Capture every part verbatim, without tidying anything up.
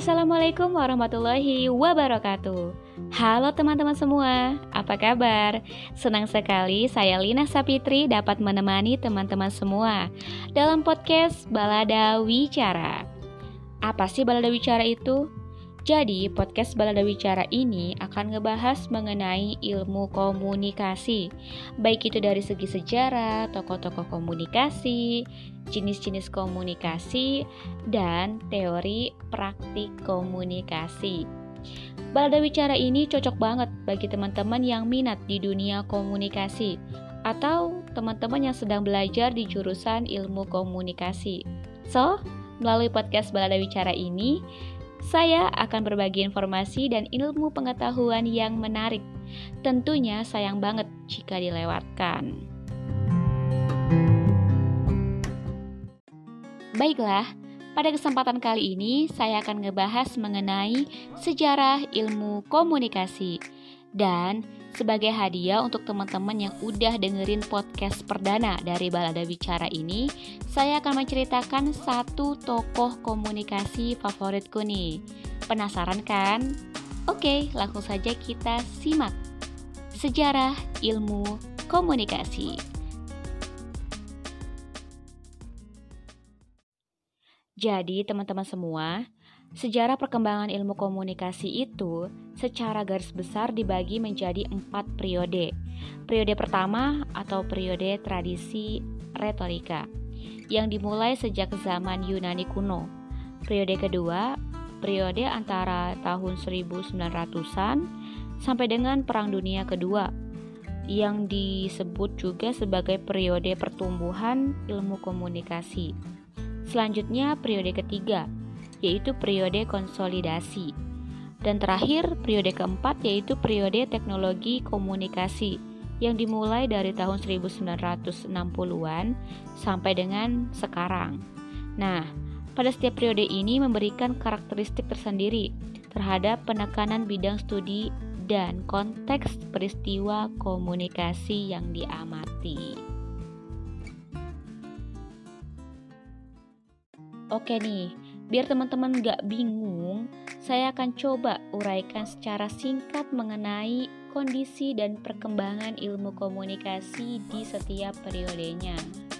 Assalamualaikum warahmatullahi wabarakatuh. Halo teman-teman semua, apa kabar? Senang sekali saya Lina Sapitri dapat menemani teman-teman semua dalam podcast Balada Wicara. Apa sih Balada Wicara itu? Jadi podcast Balada Wicara ini akan ngebahas mengenai ilmu komunikasi, baik itu dari segi sejarah, tokoh-tokoh komunikasi, jenis-jenis komunikasi, dan teori praktik komunikasi. Balada Wicara ini cocok banget bagi teman-teman yang minat di dunia komunikasi atau teman-teman yang sedang belajar di jurusan ilmu komunikasi. So, melalui podcast Balada Wicara ini, saya akan berbagi informasi dan ilmu pengetahuan yang menarik. Tentunya sayang banget jika dilewatkan. Baiklah, pada kesempatan kali ini saya akan ngebahas mengenai sejarah ilmu komunikasi. Dan sebagai hadiah untuk teman-teman yang udah dengerin podcast perdana dari Balada Wicara ini, saya akan menceritakan satu tokoh komunikasi favoritku nih. Penasaran kan? Oke, langsung saja kita simak sejarah ilmu komunikasi. Jadi teman-teman semua, sejarah perkembangan ilmu komunikasi itu secara garis besar dibagi menjadi empat periode. Periode pertama atau periode tradisi retorika yang dimulai sejak zaman Yunani kuno. Periode kedua, periode antara tahun seribu sembilan ratusan sampai dengan Perang Dunia Kedua yang disebut juga sebagai periode pertumbuhan ilmu komunikasi. Selanjutnya periode ketiga, yaitu periode konsolidasi. Dan terakhir, periode keempat yaitu periode teknologi komunikasi yang dimulai dari tahun seribu sembilan ratus enam puluhan sampai dengan sekarang. Nah, pada setiap periode ini memberikan karakteristik tersendiri terhadap penekanan bidang studi dan konteks peristiwa komunikasi yang diamati. Oke nih, biar teman-teman gak bingung, saya akan coba uraikan secara singkat mengenai kondisi dan perkembangan ilmu komunikasi di setiap periodenya.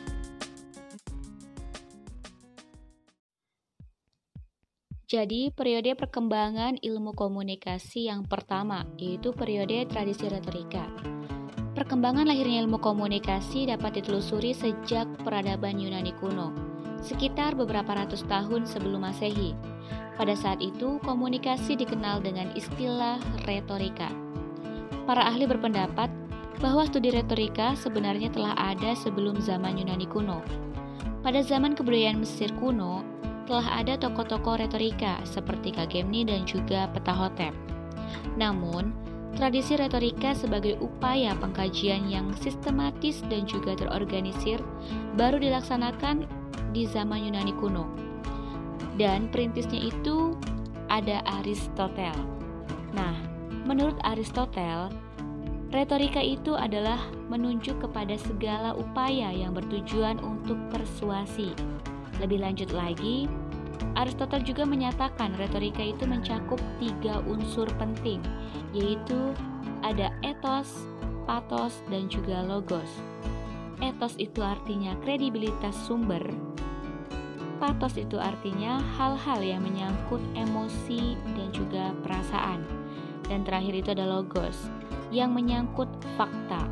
Jadi, periode perkembangan ilmu komunikasi yang pertama, yaitu periode tradisi retorika. Perkembangan lahirnya ilmu komunikasi dapat ditelusuri sejak peradaban Yunani kuno, sekitar beberapa ratus tahun sebelum Masehi. Pada saat itu, komunikasi dikenal dengan istilah retorika. Para ahli berpendapat bahwa studi retorika sebenarnya telah ada sebelum zaman Yunani kuno. Pada zaman kebudayaan Mesir kuno, telah ada tokoh-tokoh retorika seperti Kagemni dan juga Ptahhotep. Namun, tradisi retorika sebagai upaya pengkajian yang sistematis dan juga terorganisir baru dilaksanakan di zaman Yunani kuno. Dan perintisnya itu ada Aristoteles. Nah, menurut Aristoteles, retorika itu adalah menunjuk kepada segala upaya yang bertujuan untuk persuasi. Lebih lanjut lagi, Aristoteles juga menyatakan retorika itu mencakup tiga unsur penting, yaitu ada ethos, pathos, dan juga logos. Ethos itu artinya kredibilitas sumber. Pathos itu artinya hal-hal yang menyangkut emosi dan juga perasaan. Dan terakhir itu ada logos, yang menyangkut fakta.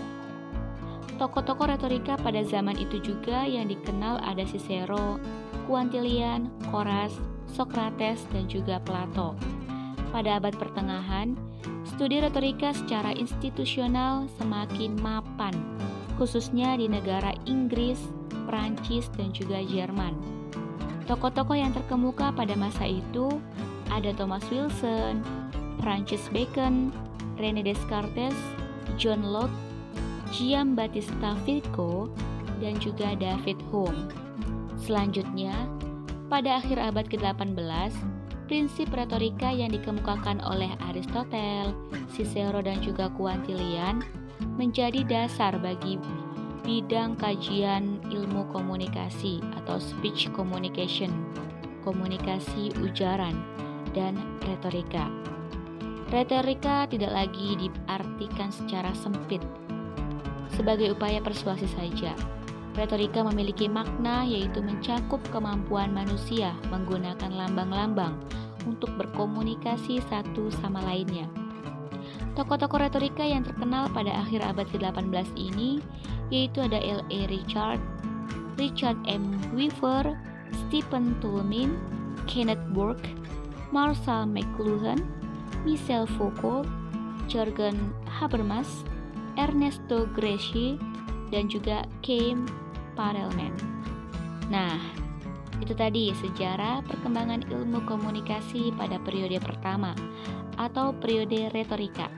Tokoh-tokoh retorika pada zaman itu juga yang dikenal ada Cicero, Quintilian, Horace, Socrates, dan juga Plato. Pada abad pertengahan, studi retorika secara institusional semakin mapan, khususnya di negara Inggris, Prancis, dan juga Jerman. Tokoh-tokoh yang terkemuka pada masa itu ada Thomas Wilson, Francis Bacon, René Descartes, John Locke, Giambattista Vico, dan juga David Hume. Selanjutnya, pada akhir abad ke-delapan belas, prinsip retorika yang dikemukakan oleh Aristoteles, Cicero, dan juga Quintilian menjadi dasar bagi bidang kajian ilmu komunikasi atau speech communication. komunikasi ujaran dan retorika. Retorika tidak lagi diartikan secara sempit sebagai upaya persuasi saja. Retorika memiliki makna yaitu mencakup kemampuan manusia menggunakan lambang-lambang untuk berkomunikasi satu sama lainnya. Tokoh-tokoh retorika yang terkenal pada akhir abad ke-delapan belas ini yaitu ada L A Richard, Richard M. Weaver, Stephen Tullmin, Kenneth Burke, Marshall McLuhan, Michel Foucault, Jürgen Habermas, Ernesto Gramsci, dan juga Chaim Perelman. Nah, itu tadi sejarah perkembangan ilmu komunikasi pada periode pertama atau periode retorika.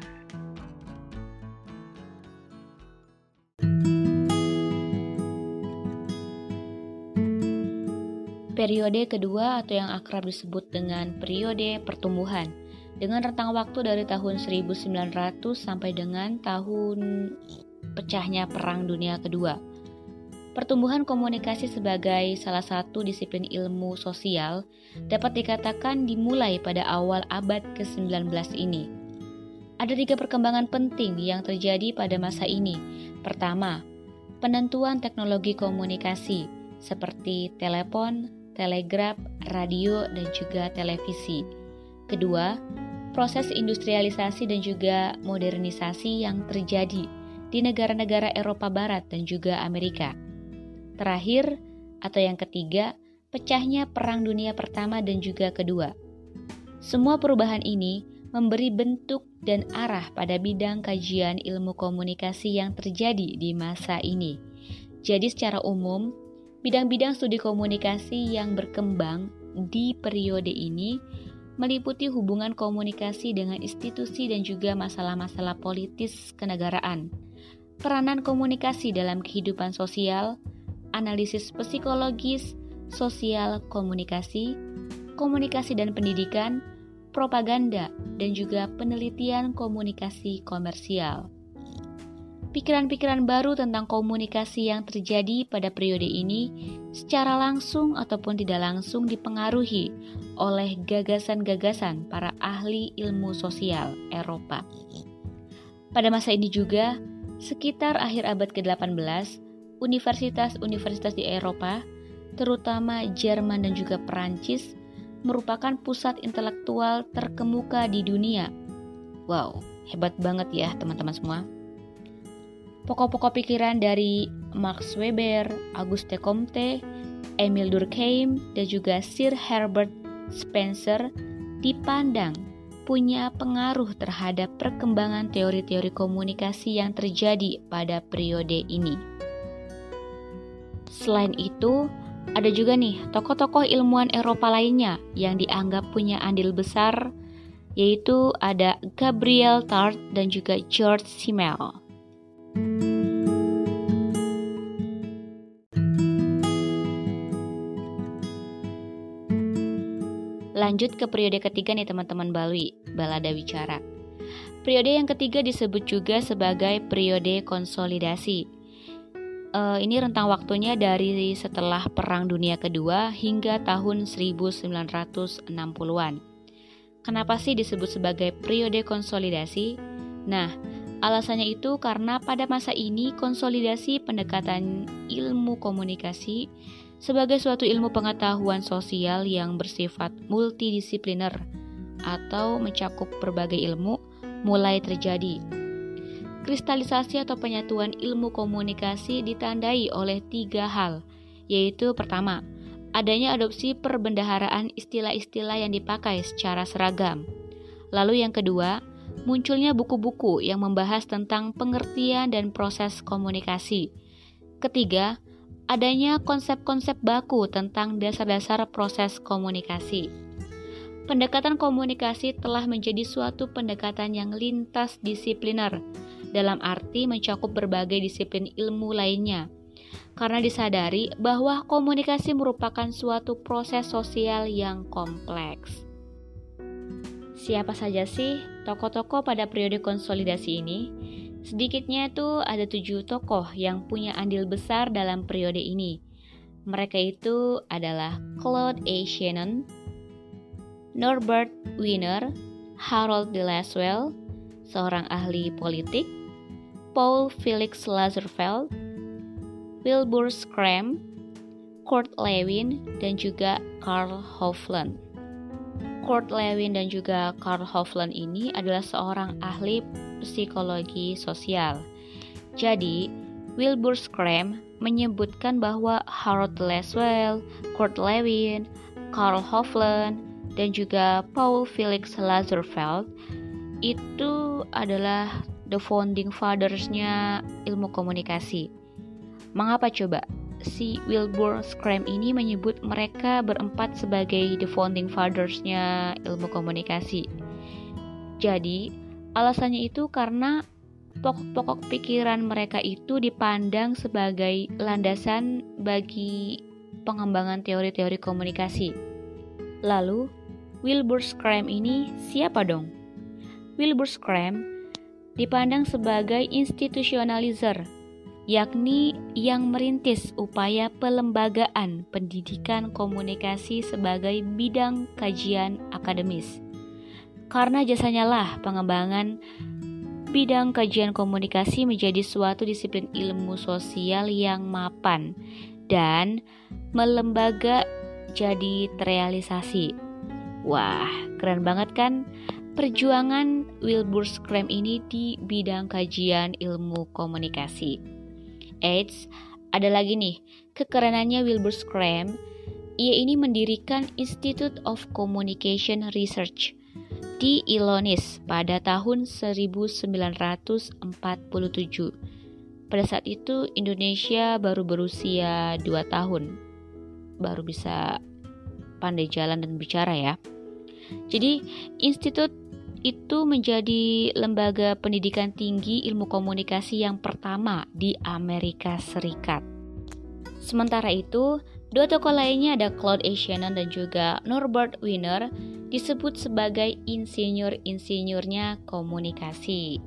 Periode kedua atau yang akrab disebut dengan periode pertumbuhan dengan rentang waktu dari tahun seribu sembilan ratus sampai dengan tahun pecahnya Perang Dunia Kedua. Pertumbuhan komunikasi sebagai salah satu disiplin ilmu sosial dapat dikatakan dimulai pada awal abad ke-sembilan belas ini. Ada tiga perkembangan penting yang terjadi pada masa ini. Pertama, penentuan teknologi komunikasi seperti telepon, telegraf, radio, dan juga televisi. Kedua, proses industrialisasi dan juga modernisasi yang terjadi di negara-negara Eropa Barat dan juga Amerika. Terakhir, atau yang ketiga, pecahnya Perang Dunia Pertama dan juga Kedua. Semua perubahan ini memberi bentuk dan arah pada bidang kajian ilmu komunikasi yang terjadi di masa ini. Jadi secara umum, bidang-bidang studi komunikasi yang berkembang di periode ini meliputi hubungan komunikasi dengan institusi dan juga masalah-masalah politis kenegaraan, peranan komunikasi dalam kehidupan sosial, analisis psikologis, sosial komunikasi, komunikasi dan pendidikan, propaganda, dan juga penelitian komunikasi komersial. Pikiran-pikiran baru tentang komunikasi yang terjadi pada periode ini secara langsung ataupun tidak langsung dipengaruhi oleh gagasan-gagasan para ahli ilmu sosial Eropa. Pada masa ini juga, sekitar akhir abad ke-delapan belas, universitas-universitas di Eropa, terutama Jerman dan juga Perancis, merupakan pusat intelektual terkemuka di dunia. Wow, hebat banget ya teman-teman semua. Pokok-pokok pikiran dari Max Weber, Auguste Comte, Emile Durkheim, dan juga Sir Herbert Spencer dipandang punya pengaruh terhadap perkembangan teori-teori komunikasi yang terjadi pada periode ini. Selain itu, ada juga nih tokoh-tokoh ilmuwan Eropa lainnya yang dianggap punya andil besar, yaitu ada Gabriel Tarde dan juga George Simmel. Lanjut ke periode ketiga nih teman-teman Balwi, Balada Wicara. Periode yang ketiga disebut juga sebagai periode konsolidasi. Uh, ini rentang waktunya dari setelah Perang Dunia Kedua hingga tahun seribu sembilan ratus enam puluhan. Kenapa sih disebut sebagai periode konsolidasi? Nah, alasannya itu karena pada masa ini konsolidasi pendekatan ilmu komunikasi sebagai suatu ilmu pengetahuan sosial yang bersifat multidisipliner atau mencakup berbagai ilmu mulai terjadi. Kristalisasi atau penyatuan ilmu komunikasi ditandai oleh tiga hal, yaitu pertama, adanya adopsi perbendaharaan istilah-istilah yang dipakai secara seragam. Lalu yang kedua, munculnya buku-buku yang membahas tentang pengertian dan proses komunikasi. Ketiga, adanya konsep-konsep baku tentang dasar-dasar proses komunikasi. Pendekatan komunikasi telah menjadi suatu pendekatan yang lintas disipliner, dalam arti mencakup berbagai disiplin ilmu lainnya, karena disadari bahwa komunikasi merupakan suatu proses sosial yang kompleks. Siapa saja sih tokoh-tokoh pada periode konsolidasi ini? Sedikitnya itu ada tujuh tokoh yang punya andil besar dalam periode ini. Mereka itu adalah Claude A. Shannon, Norbert Wiener, Harold de Lasswell, seorang ahli politik, Paul Felix Lazarsfeld, Wilbur Schramm, Kurt Lewin, dan juga Karl Hovland. Kurt Lewin dan juga Karl Hovland ini adalah seorang ahli psikologi sosial. Jadi, Wilbur Schramm menyebutkan bahwa Harold de Lasswell, Kurt Lewin, Karl Hovland, dan juga Paul Felix Lazarsfeld itu adalah the founding fathers-nya ilmu komunikasi. Mengapa coba? Si Wilbur Schramm ini menyebut mereka berempat sebagai the founding fathers-nya ilmu komunikasi. Jadi, alasannya itu karena pokok-pokok pikiran mereka itu dipandang sebagai landasan bagi pengembangan teori-teori komunikasi. Lalu, Wilbur Schramm ini siapa dong? Wilbur Schramm dipandang sebagai institutionalizer, yakni yang merintis upaya pelembagaan pendidikan komunikasi sebagai bidang kajian akademis. Karena jasanya lah pengembangan bidang kajian komunikasi menjadi suatu disiplin ilmu sosial yang mapan dan melembaga jadi terrealisasi. Wah, keren banget kan perjuangan Wilbur Schramm ini di bidang kajian ilmu komunikasi. Eits, ada lagi nih, kekerenannya Wilbur Schramm, ia ini mendirikan Institute of Communication Research di Illinois pada tahun seribu sembilan ratus empat puluh tujuh. Pada saat itu Indonesia baru berusia dua tahun, baru bisa pandai jalan dan bicara ya. Jadi, institut itu menjadi lembaga pendidikan tinggi ilmu komunikasi yang pertama di Amerika Serikat. Sementara itu, dua tokoh lainnya ada Claude A. Shannon dan juga Norbert Wiener disebut sebagai insinyur-insinyurnya komunikasi.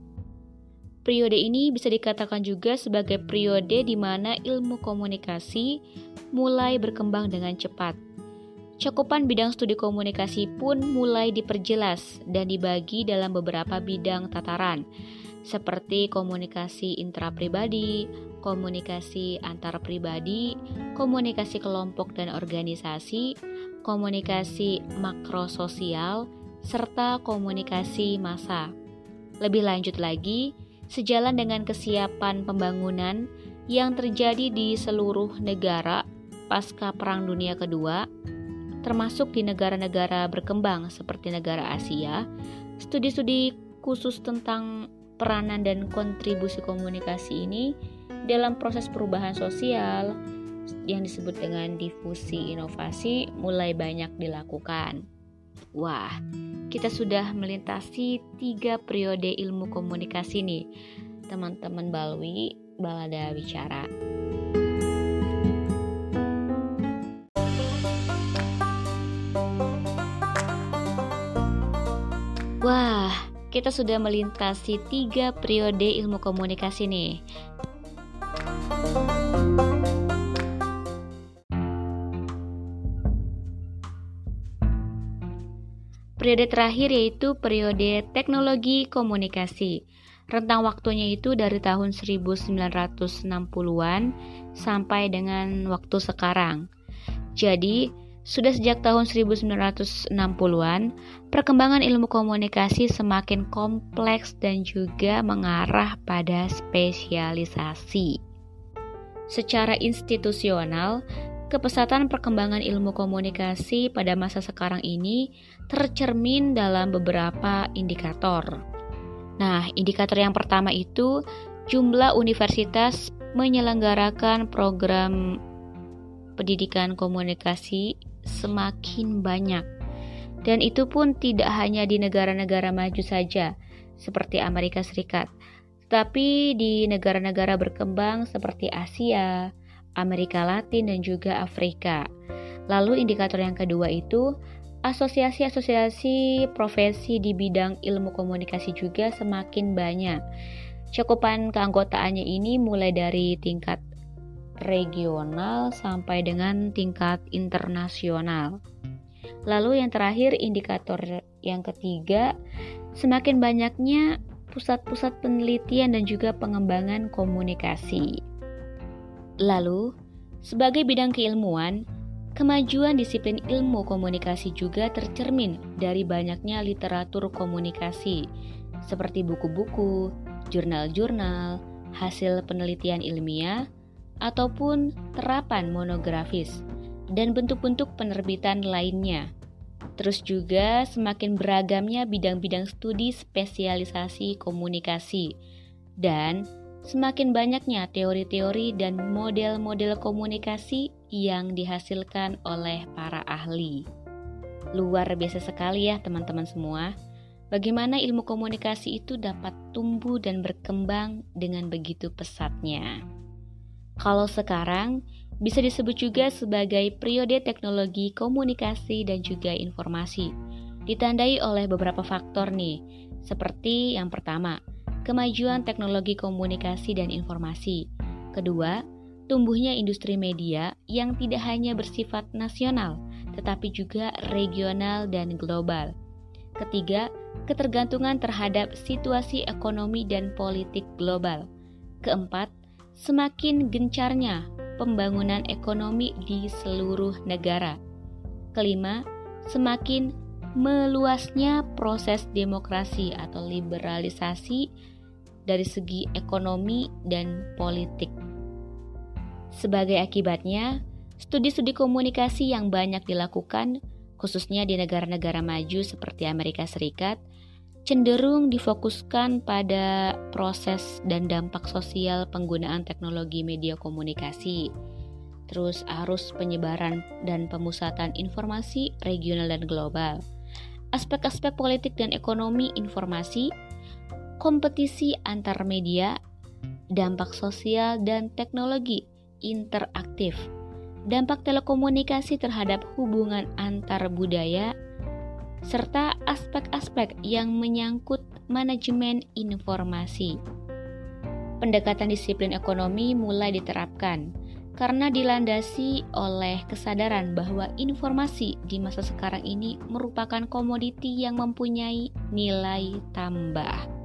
Periode ini bisa dikatakan juga sebagai periode di mana ilmu komunikasi mulai berkembang dengan cepat. Cakupan bidang studi komunikasi pun mulai diperjelas dan dibagi dalam beberapa bidang tataran, seperti komunikasi intrapribadi, komunikasi antar pribadi, komunikasi kelompok dan organisasi, komunikasi makrososial, serta komunikasi massa. Lebih lanjut lagi, sejalan dengan kesiapan pembangunan yang terjadi di seluruh negara pasca Perang Dunia Kedua, termasuk di negara-negara berkembang seperti negara Asia, studi-studi khusus tentang peranan dan kontribusi komunikasi ini dalam proses perubahan sosial yang disebut dengan difusi inovasi mulai banyak dilakukan. Wah, kita sudah melintasi tiga periode ilmu komunikasi nih, teman-teman Balwi, Balada Bicara. Wah, kita sudah melintasi tiga periode ilmu komunikasi nih. Periode terakhir yaitu periode teknologi komunikasi. Rentang waktunya itu dari tahun seribu sembilan ratus enam puluhan sampai dengan waktu sekarang. Jadi, sudah sejak tahun seribu sembilan ratus enam puluhan, perkembangan ilmu komunikasi semakin kompleks dan juga mengarah pada spesialisasi. Secara institusional, kepesatan perkembangan ilmu komunikasi pada masa sekarang ini tercermin dalam beberapa indikator. Nah, indikator yang pertama itu jumlah universitas menyelenggarakan program pendidikan komunikasi semakin banyak. Dan itu pun tidak hanya di negara-negara maju saja, seperti Amerika Serikat, tetapi di negara-negara berkembang seperti Asia, Amerika Latin, dan juga Afrika. Lalu indikator yang kedua itu, asosiasi-asosiasi profesi di bidang ilmu komunikasi juga semakin banyak. Cakupan keanggotaannya ini mulai dari tingkat regional, sampai dengan tingkat internasional. Lalu yang terakhir, indikator yang ketiga, semakin banyaknya pusat-pusat penelitian dan juga pengembangan komunikasi. Lalu, sebagai bidang keilmuan, kemajuan disiplin ilmu komunikasi juga tercermin dari banyaknya literatur komunikasi, seperti buku-buku, jurnal-jurnal, hasil penelitian ilmiah, ataupun terapan monografis, dan bentuk-bentuk penerbitan lainnya. Terus juga semakin beragamnya bidang-bidang studi spesialisasi komunikasi, dan semakin banyaknya teori-teori dan model-model komunikasi yang dihasilkan oleh para ahli. Luar biasa sekali ya teman-teman semua. Bagaimana ilmu komunikasi itu dapat tumbuh dan berkembang dengan begitu pesatnya. Kalau sekarang bisa disebut juga sebagai periode teknologi komunikasi dan juga informasi. Ditandai oleh beberapa faktor nih, seperti yang pertama, kemajuan teknologi komunikasi dan informasi. Kedua, tumbuhnya industri media yang tidak hanya bersifat nasional, tetapi juga regional dan global. Ketiga, ketergantungan terhadap situasi ekonomi dan politik global. Keempat, semakin gencarnya pembangunan ekonomi di seluruh negara. Kelima, semakin meluasnya proses demokrasi atau liberalisasi dari segi ekonomi dan politik. Sebagai akibatnya, studi-studi komunikasi yang banyak dilakukan, khususnya di negara-negara maju seperti Amerika Serikat, cenderung difokuskan pada proses dan dampak sosial penggunaan teknologi media komunikasi, terus arus penyebaran dan pemusatan informasi regional dan global, aspek-aspek politik dan ekonomi informasi, kompetisi antar media, dampak sosial dan teknologi interaktif, dampak telekomunikasi terhadap hubungan antar budaya, serta aspek-aspek yang menyangkut manajemen informasi. Pendekatan disiplin ekonomi mulai diterapkan karena dilandasi oleh kesadaran bahwa informasi di masa sekarang ini merupakan komoditi yang mempunyai nilai tambah.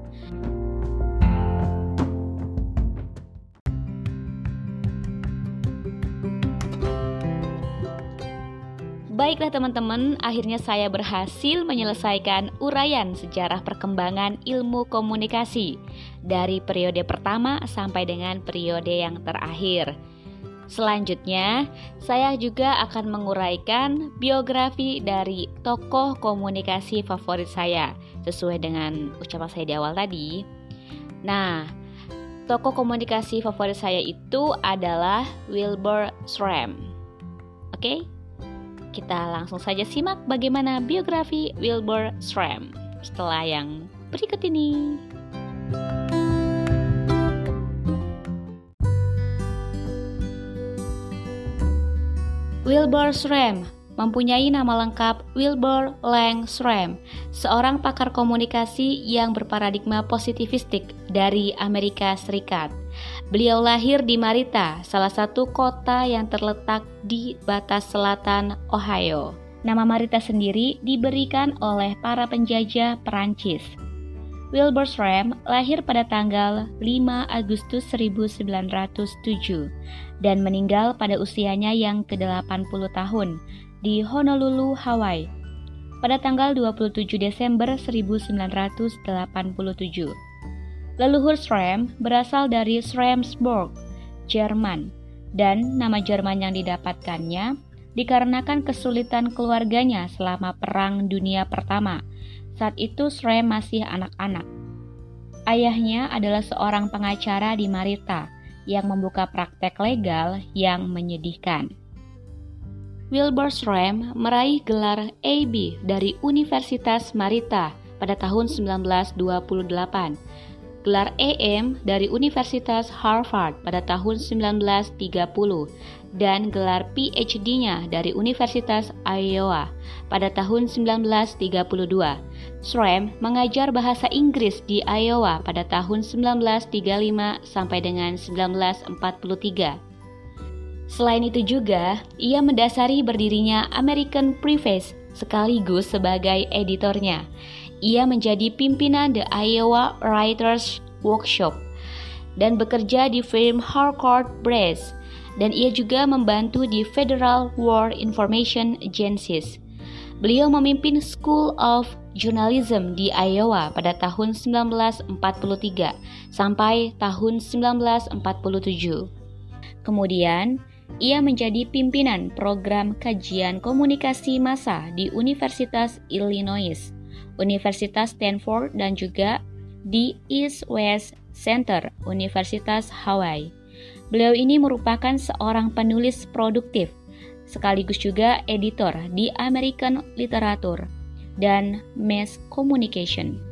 Baiklah teman-teman, akhirnya saya berhasil menyelesaikan uraian sejarah perkembangan ilmu komunikasi dari periode pertama sampai dengan periode yang terakhir. Selanjutnya, saya juga akan menguraikan biografi dari tokoh komunikasi favorit saya sesuai dengan ucapan saya di awal tadi. Nah, tokoh komunikasi favorit saya itu adalah Wilbur Schramm. Oke? Kita langsung saja simak bagaimana biografi Wilbur Schramm setelah yang berikut ini. Wilbur Schramm mempunyai nama lengkap Wilbur Lang Schramm, seorang pakar komunikasi yang berparadigma positivistik dari Amerika Serikat. Beliau lahir di Marietta, salah satu kota yang terletak di batas selatan Ohio. Nama Marietta sendiri diberikan oleh para penjajah Perancis. Wilbur Schramm lahir pada tanggal lima Agustus seribu sembilan ratus tujuh dan meninggal pada usianya yang ke delapan puluh tahun di Honolulu, Hawaii pada tanggal dua puluh tujuh Desember seribu sembilan ratus delapan puluh tujuh. Leluhur Schramm berasal dari Schramsburg, Jerman, dan nama Jerman yang didapatkannya dikarenakan kesulitan keluarganya selama Perang Dunia Pertama. Saat itu Schramm masih anak-anak. Ayahnya adalah seorang pengacara di Marietta yang membuka praktek legal yang menyedihkan. Wilbur Schramm meraih gelar A B dari Universitas Marietta pada tahun sembilan belas dua puluh delapan, gelar A M dari Universitas Harvard pada tahun sembilan belas tiga puluh, dan gelar P H D-nya dari Universitas Iowa pada tahun sembilan belas tiga puluh dua. Schramm mengajar bahasa Inggris di Iowa pada tahun sembilan belas tiga puluh lima sampai dengan sembilan belas empat puluh tiga. Selain itu juga, ia mendasari berdirinya American Preface sekaligus sebagai editornya. Ia menjadi pimpinan The Iowa Writers Workshop dan bekerja di firm Harcourt Brace, dan ia juga membantu di Federal War Information Agencies. Beliau memimpin School of Journalism di Iowa pada tahun sembilan belas empat puluh tiga sampai tahun sembilan belas empat puluh tujuh. Kemudian, ia menjadi pimpinan program kajian komunikasi massa di Universitas Illinois, Universitas Stanford, dan juga di East West Center, Universitas Hawaii. Beliau ini merupakan seorang penulis produktif, sekaligus juga editor di American Literature dan Mass Communication.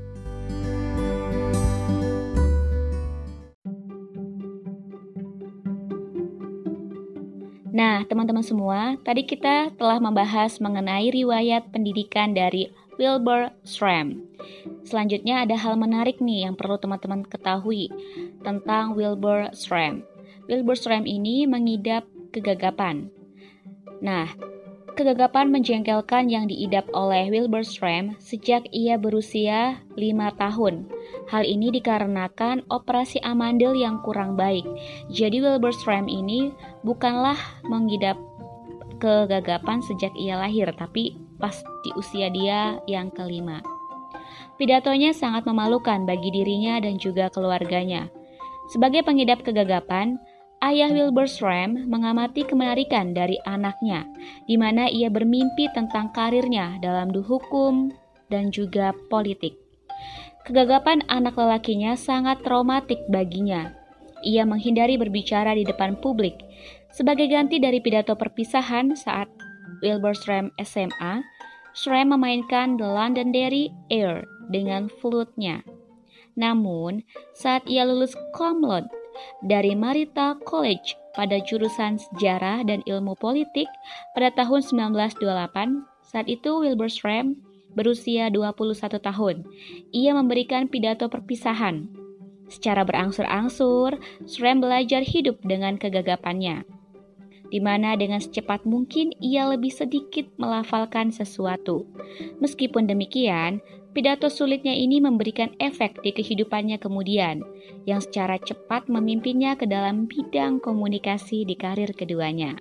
Nah, teman-teman semua, tadi kita telah membahas mengenai riwayat pendidikan dari Wilbur Schramm. Selanjutnya ada hal menarik nih yang perlu teman-teman ketahui tentang Wilbur Schramm. Wilbur Schramm ini mengidap kegagapan. Nah, kegagapan menjengkelkan yang diidap oleh Wilbur Schramm sejak ia berusia lima tahun. Hal ini dikarenakan operasi amandel yang kurang baik. Jadi Wilbur Schramm ini bukanlah mengidap kegagapan sejak ia lahir, tapi pas di usia dia yang kelima. Pidatonya sangat memalukan bagi dirinya dan juga keluarganya. Sebagai pengidap kegagapan, ayah Wilbur Schramm mengamati kemenarikan dari anaknya, di mana ia bermimpi tentang karirnya dalam hukum dan juga politik. Kegagapan anak lelakinya sangat traumatik baginya. Ia menghindari berbicara di depan publik. Sebagai ganti dari pidato perpisahan saat Wilbur Schramm S M A, Schramm memainkan The Londonderry Air dengan flute-nya. Namun, saat ia lulus cum laude dari Marietta College pada jurusan sejarah dan ilmu politik pada tahun sembilan belas dua puluh delapan, saat itu Wilbur Schramm berusia dua puluh satu tahun. Ia memberikan pidato perpisahan. Secara berangsur-angsur, Schramm belajar hidup dengan kegagapannya, di mana dengan secepat mungkin ia lebih sedikit melafalkan sesuatu. Meskipun demikian, pidato sulitnya ini memberikan efek di kehidupannya kemudian, yang secara cepat memimpinnya ke dalam bidang komunikasi di karir keduanya.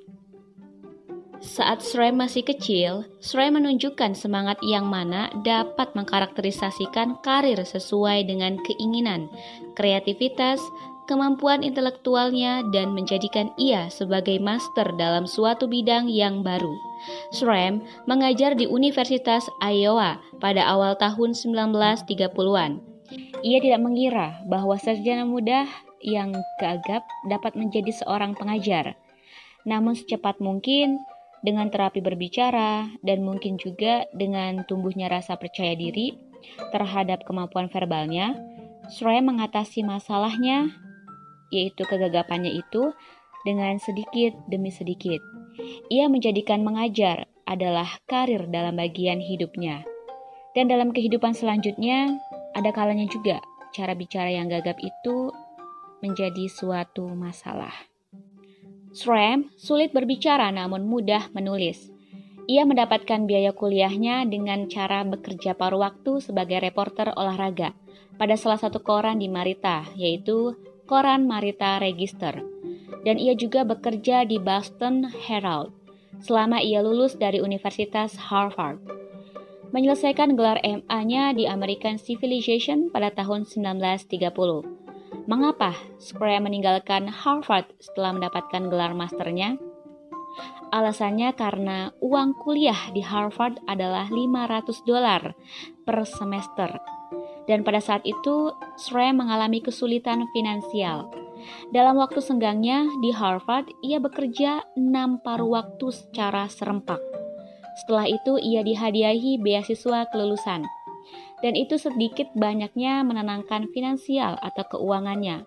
Saat Schramm masih kecil, Schramm menunjukkan semangat yang mana dapat mengkarakterisasikan karir sesuai dengan keinginan, kreativitas, kemampuan intelektualnya, dan menjadikan ia sebagai master dalam suatu bidang yang baru. Schramm mengajar di Universitas Iowa pada awal tahun sembilan belas tiga puluhan. Ia tidak mengira bahwa sarjana muda yang gagap dapat menjadi seorang pengajar. Namun secepat mungkin, dengan terapi berbicara dan mungkin juga dengan tumbuhnya rasa percaya diri terhadap kemampuan verbalnya, Schramm mengatasi masalahnya, yaitu kegagapannya itu, dengan sedikit demi sedikit. Ia menjadikan mengajar adalah karir dalam bagian hidupnya. Dan dalam kehidupan selanjutnya, ada kalanya juga cara bicara yang gagap itu menjadi suatu masalah. Schramm sulit berbicara namun mudah menulis. Ia mendapatkan biaya kuliahnya dengan cara bekerja paruh waktu sebagai reporter olahraga pada salah satu koran di Marietta, yaitu koran Marietta Register. Dan ia juga bekerja di Boston Herald selama ia lulus dari Universitas Harvard. Menyelesaikan gelar M A-nya di American Civilization pada tahun sembilan belas tiga puluh. Mengapa Schramm meninggalkan Harvard setelah mendapatkan gelar masternya? Alasannya karena uang kuliah di Harvard adalah lima ratus dolar per semester. Dan pada saat itu, Schramm mengalami kesulitan finansial. Dalam waktu senggangnya di Harvard, ia bekerja enam paruh waktu secara serempak. Setelah itu, ia dihadiahi beasiswa kelulusan. Dan itu sedikit banyaknya menenangkan finansial atau keuangannya.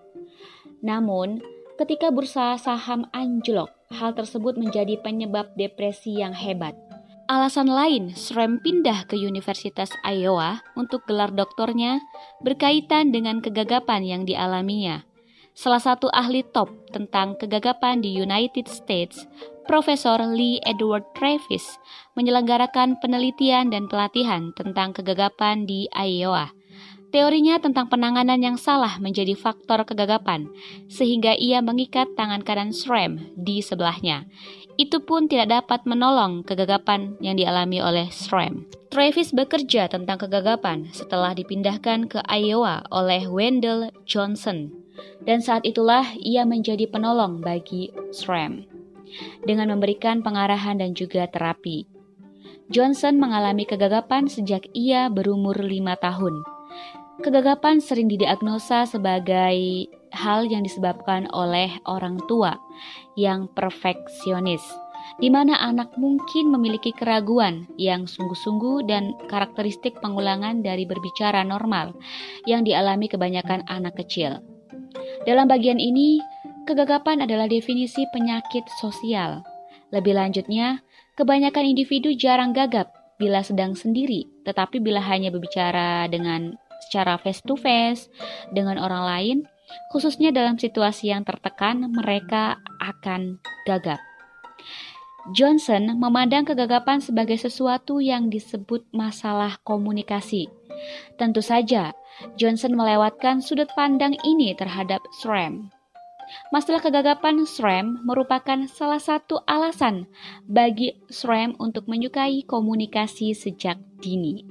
Namun, ketika bursa saham anjlok, hal tersebut menjadi penyebab depresi yang hebat. Alasan lain, Schramm pindah ke Universitas Iowa untuk gelar doktornya berkaitan dengan kegagapan yang dialaminya. Salah satu ahli top tentang kegagapan di United States, Profesor Lee Edward Travis, menyelenggarakan penelitian dan pelatihan tentang kegagapan di Iowa. Teorinya tentang penanganan yang salah menjadi faktor kegagapan, sehingga ia mengikat tangan kanan Schramm di sebelahnya. Itu pun tidak dapat menolong kegagapan yang dialami oleh Schramm. Travis bekerja tentang kegagapan setelah dipindahkan ke Iowa oleh Wendell Johnson, dan saat itulah ia menjadi penolong bagi Schramm dengan memberikan pengarahan dan juga terapi. Johnson mengalami kegagapan sejak ia berumur lima tahun. Kegagapan sering didiagnosa sebagai hal yang disebabkan oleh orang tua yang perfeksionis, di mana anak mungkin memiliki keraguan yang sungguh-sungguh dan karakteristik pengulangan dari berbicara normal yang dialami kebanyakan anak kecil. Dalam bagian ini, kegagapan adalah definisi penyakit sosial. Lebih lanjutnya, kebanyakan individu jarang gagap bila sedang sendiri, tetapi bila hanya berbicara dengan secara face-to-face dengan orang lain, khususnya dalam situasi yang tertekan, mereka akan gagap. Johnson memandang kegagapan sebagai sesuatu yang disebut masalah komunikasi. Tentu saja, Johnson melewatkan sudut pandang ini terhadap Schramm. Masalah kegagapan Schramm merupakan salah satu alasan bagi Schramm untuk menyukai komunikasi sejak dini.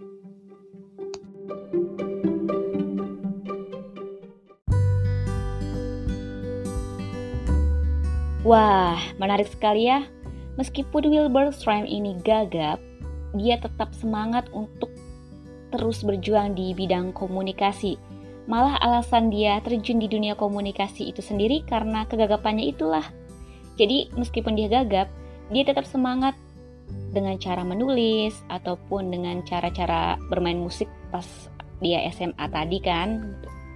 Wah, menarik sekali ya. Meskipun Wilbur Schramm ini gagap, dia tetap semangat untuk terus berjuang di bidang komunikasi. Malah alasan dia terjun di dunia komunikasi itu sendiri karena kegagapannya itulah. Jadi meskipun dia gagap, dia tetap semangat dengan cara menulis ataupun dengan cara-cara bermain musik pas dia S M A tadi kan.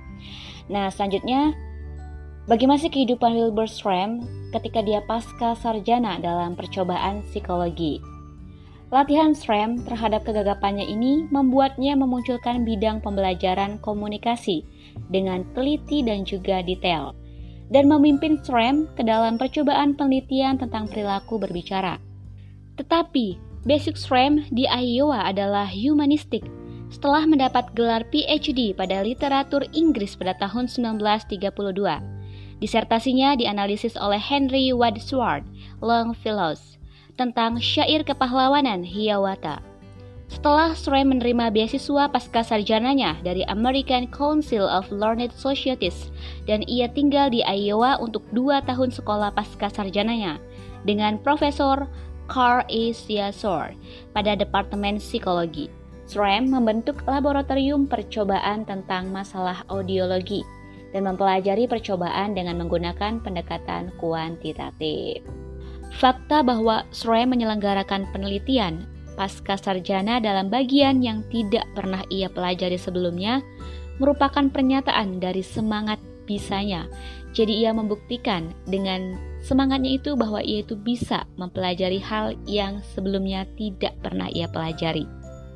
Nah selanjutnya, bagaimana sih kehidupan Wilbur Schramm ketika dia pasca sarjana dalam percobaan psikologi? Latihan Schramm terhadap kegagapannya ini membuatnya memunculkan bidang pembelajaran komunikasi dengan teliti dan juga detail, dan memimpin Schramm ke dalam percobaan penelitian tentang perilaku berbicara. Tetapi, basic Schramm di Iowa adalah humanistik. Setelah mendapat gelar P H D pada literatur Inggris pada tahun sembilan belas tiga puluh dua, disertasinya dianalisis oleh Henry Wadsworth Longfellow tentang syair kepahlawanan Hiawatha. Setelah Schramm menerima beasiswa pasca sarjananya dari American Council of Learned Societies dan ia tinggal di Iowa untuk dua tahun sekolah pasca sarjananya dengan Profesor Carl A. Ciasor pada Departemen Psikologi. Schramm membentuk laboratorium percobaan tentang masalah audiologi dan mempelajari percobaan dengan menggunakan pendekatan kuantitatif. Fakta bahwa Schramm menyelenggarakan penelitian pasca sarjana dalam bagian yang tidak pernah ia pelajari sebelumnya merupakan pernyataan dari semangat bisanya. Jadi ia membuktikan dengan semangatnya itu bahwa ia itu bisa mempelajari hal yang sebelumnya tidak pernah ia pelajari.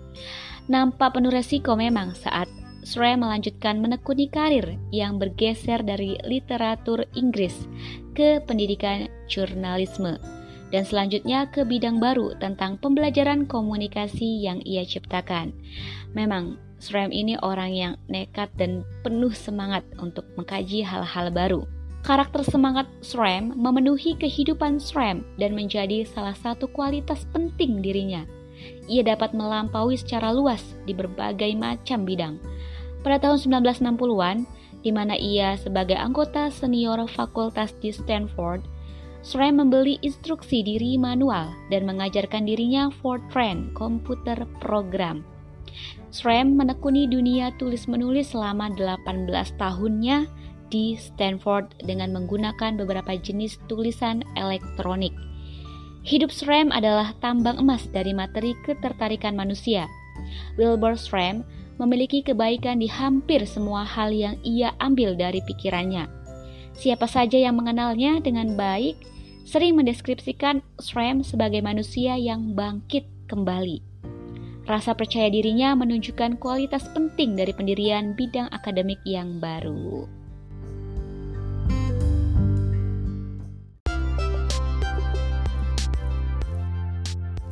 Nampak penuh resiko memang saat Schramm melanjutkan menekuni karir yang bergeser dari literatur Inggris ke pendidikan jurnalisme dan selanjutnya ke bidang baru tentang pembelajaran komunikasi yang ia ciptakan. Memang Schramm ini orang yang nekat dan penuh semangat untuk mengkaji hal-hal baru. Karakter semangat Schramm memenuhi kehidupan Schramm dan menjadi salah satu kualitas penting dirinya. Ia dapat melampaui secara luas di berbagai macam bidang. Pada tahun sembilan belas enam puluhan, di mana ia sebagai anggota senior fakultas di Stanford, Schramm membeli instruksi diri manual dan mengajarkan dirinya Fortran komputer program. Schramm menekuni dunia tulis-menulis selama delapan belas tahunnya di Stanford dengan menggunakan beberapa jenis tulisan elektronik. Hidup Schramm adalah tambang emas dari materi ketertarikan manusia. Wilbur Schramm memiliki kebaikan di hampir semua hal yang ia ambil dari pikirannya. Siapa saja yang mengenalnya dengan baik sering mendeskripsikan Schramm sebagai manusia yang bangkit kembali. Rasa percaya dirinya menunjukkan kualitas penting dari pendirian bidang akademik yang baru.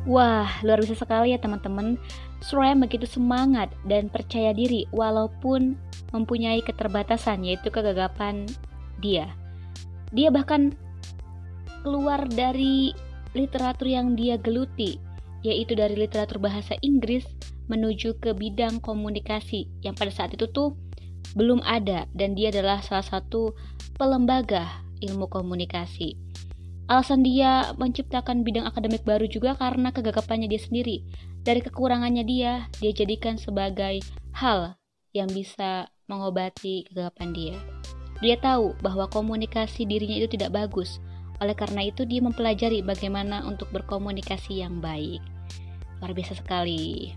Wah, luar biasa sekali ya teman-teman. Schramm begitu semangat dan percaya diri walaupun mempunyai keterbatasan, yaitu kegagapan dia. Dia bahkan keluar dari literatur yang dia geluti, yaitu dari literatur bahasa Inggris menuju ke bidang komunikasi yang pada saat itu tuh belum ada, dan dia adalah salah satu pelembaga ilmu komunikasi. Alasan dia menciptakan bidang akademik baru juga karena kegagapannya dia sendiri. Dari kekurangannya dia, dia jadikan sebagai hal yang bisa mengobati kegagapan dia. Dia tahu bahwa komunikasi dirinya itu tidak bagus. Oleh karena itu dia mempelajari bagaimana untuk berkomunikasi yang baik. Luar biasa sekali.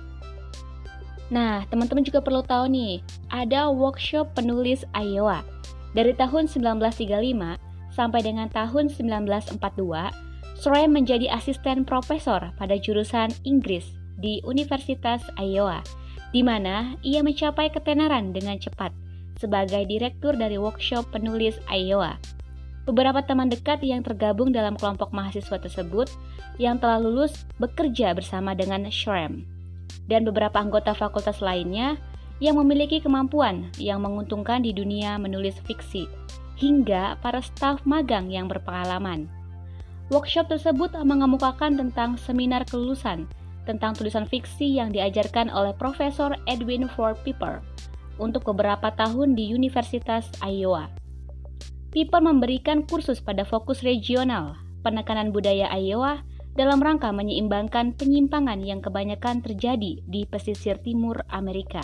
Nah, teman-teman juga perlu tahu nih, ada workshop penulis Iowa. Dari tahun sembilan belas tiga puluh lima sampai dengan tahun sembilan belas empat puluh dua, Schramm menjadi asisten profesor pada jurusan Inggris di Universitas Iowa, di mana ia mencapai ketenaran dengan cepat sebagai direktur dari workshop penulis Iowa. Beberapa teman dekat yang tergabung dalam kelompok mahasiswa tersebut yang telah lulus bekerja bersama dengan Schramm, dan beberapa anggota fakultas lainnya yang memiliki kemampuan yang menguntungkan di dunia menulis fiksi, hingga para staf magang yang berpengalaman. Workshop tersebut mengemukakan tentang seminar kelulusan tentang tulisan fiksi yang diajarkan oleh Profesor Edwin Ford Piper untuk beberapa tahun di Universitas Iowa. Piper memberikan kursus pada fokus regional, penekanan budaya Iowa dalam rangka menyeimbangkan penyimpangan yang kebanyakan terjadi di pesisir timur Amerika.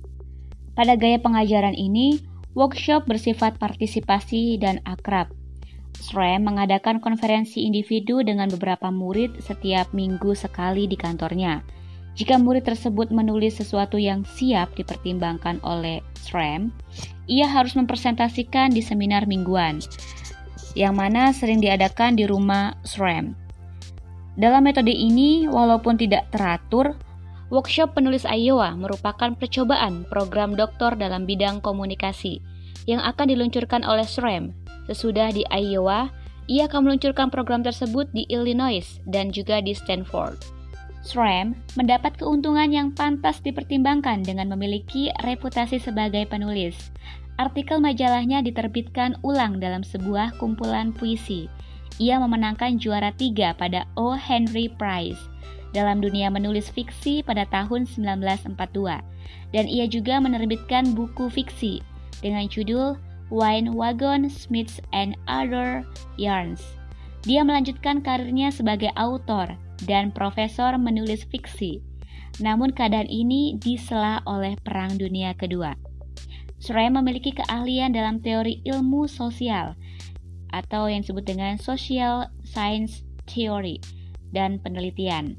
Pada gaya pengajaran ini, workshop bersifat partisipasi dan akrab. Schramm mengadakan konferensi individu dengan beberapa murid setiap minggu sekali di kantornya. Jika murid tersebut menulis sesuatu yang siap dipertimbangkan oleh Schramm, ia harus mempresentasikan di seminar mingguan, yang mana sering diadakan di rumah Schramm. Dalam metode ini, walaupun tidak teratur, workshop penulis Iowa merupakan percobaan program doktor dalam bidang komunikasi yang akan diluncurkan oleh Schramm. Sesudah di Iowa, ia akan meluncurkan program tersebut di Illinois dan juga di Stanford. Schramm mendapat keuntungan yang pantas dipertimbangkan dengan memiliki reputasi sebagai penulis. Artikel majalahnya diterbitkan ulang dalam sebuah kumpulan puisi. Ia memenangkan juara tiga pada O. Henry Prize dalam dunia menulis fiksi pada tahun sembilan belas empat puluh dua, dan ia juga menerbitkan buku fiksi dengan judul Wine Wagon, Smiths and Other Yarns. Dia melanjutkan karirnya sebagai autor dan profesor menulis fiksi. Namun keadaan ini disela oleh Perang Dunia Kedua. Schramm memiliki keahlian dalam teori ilmu sosial atau yang disebut dengan social science theory dan penelitian.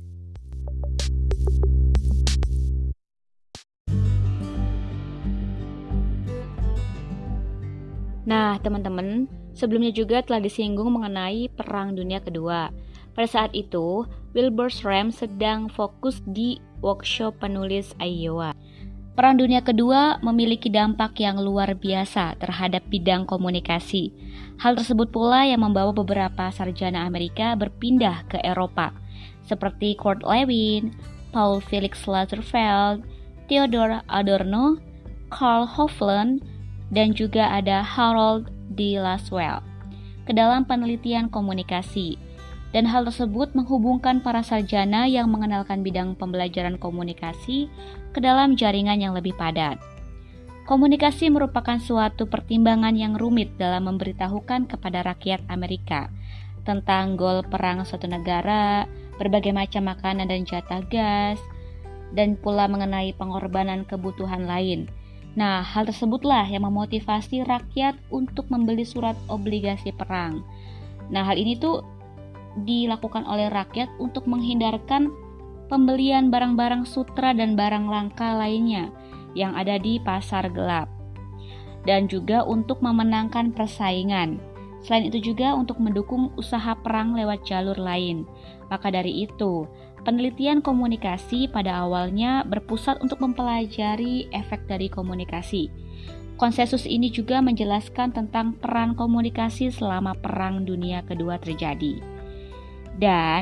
Nah, teman-teman, sebelumnya juga telah disinggung mengenai Perang Dunia Kedua. Pada saat itu, Wilbur Schramm sedang fokus di workshop penulis Iowa. Perang Dunia Kedua memiliki dampak yang luar biasa terhadap bidang komunikasi. Hal tersebut pula yang membawa beberapa sarjana Amerika berpindah ke Eropa, seperti Kurt Lewin, Paul Felix Lagerfeld, Theodor Adorno, Karl Hofland, dan juga ada Harold D. Laswell ke dalam penelitian komunikasi. Dan hal tersebut menghubungkan para sarjana yang mengenalkan bidang pembelajaran komunikasi ke dalam jaringan yang lebih padat. Komunikasi merupakan suatu pertimbangan yang rumit dalam memberitahukan kepada rakyat Amerika tentang gol perang suatu negara, berbagai macam makanan dan jatah gas, dan pula mengenai pengorbanan kebutuhan lain. Nah, hal tersebutlah yang memotivasi rakyat untuk membeli surat obligasi perang. Nah, hal ini tuh dilakukan oleh rakyat untuk menghindarkan pembelian barang-barang sutra dan barang langka lainnya yang ada di pasar gelap, dan juga untuk memenangkan persaingan. Selain itu juga untuk mendukung usaha perang lewat jalur lain. Maka dari itu, penelitian komunikasi pada awalnya berpusat untuk mempelajari efek dari komunikasi. Konsensus ini juga menjelaskan tentang peran komunikasi selama Perang Dunia Kedua terjadi. Dan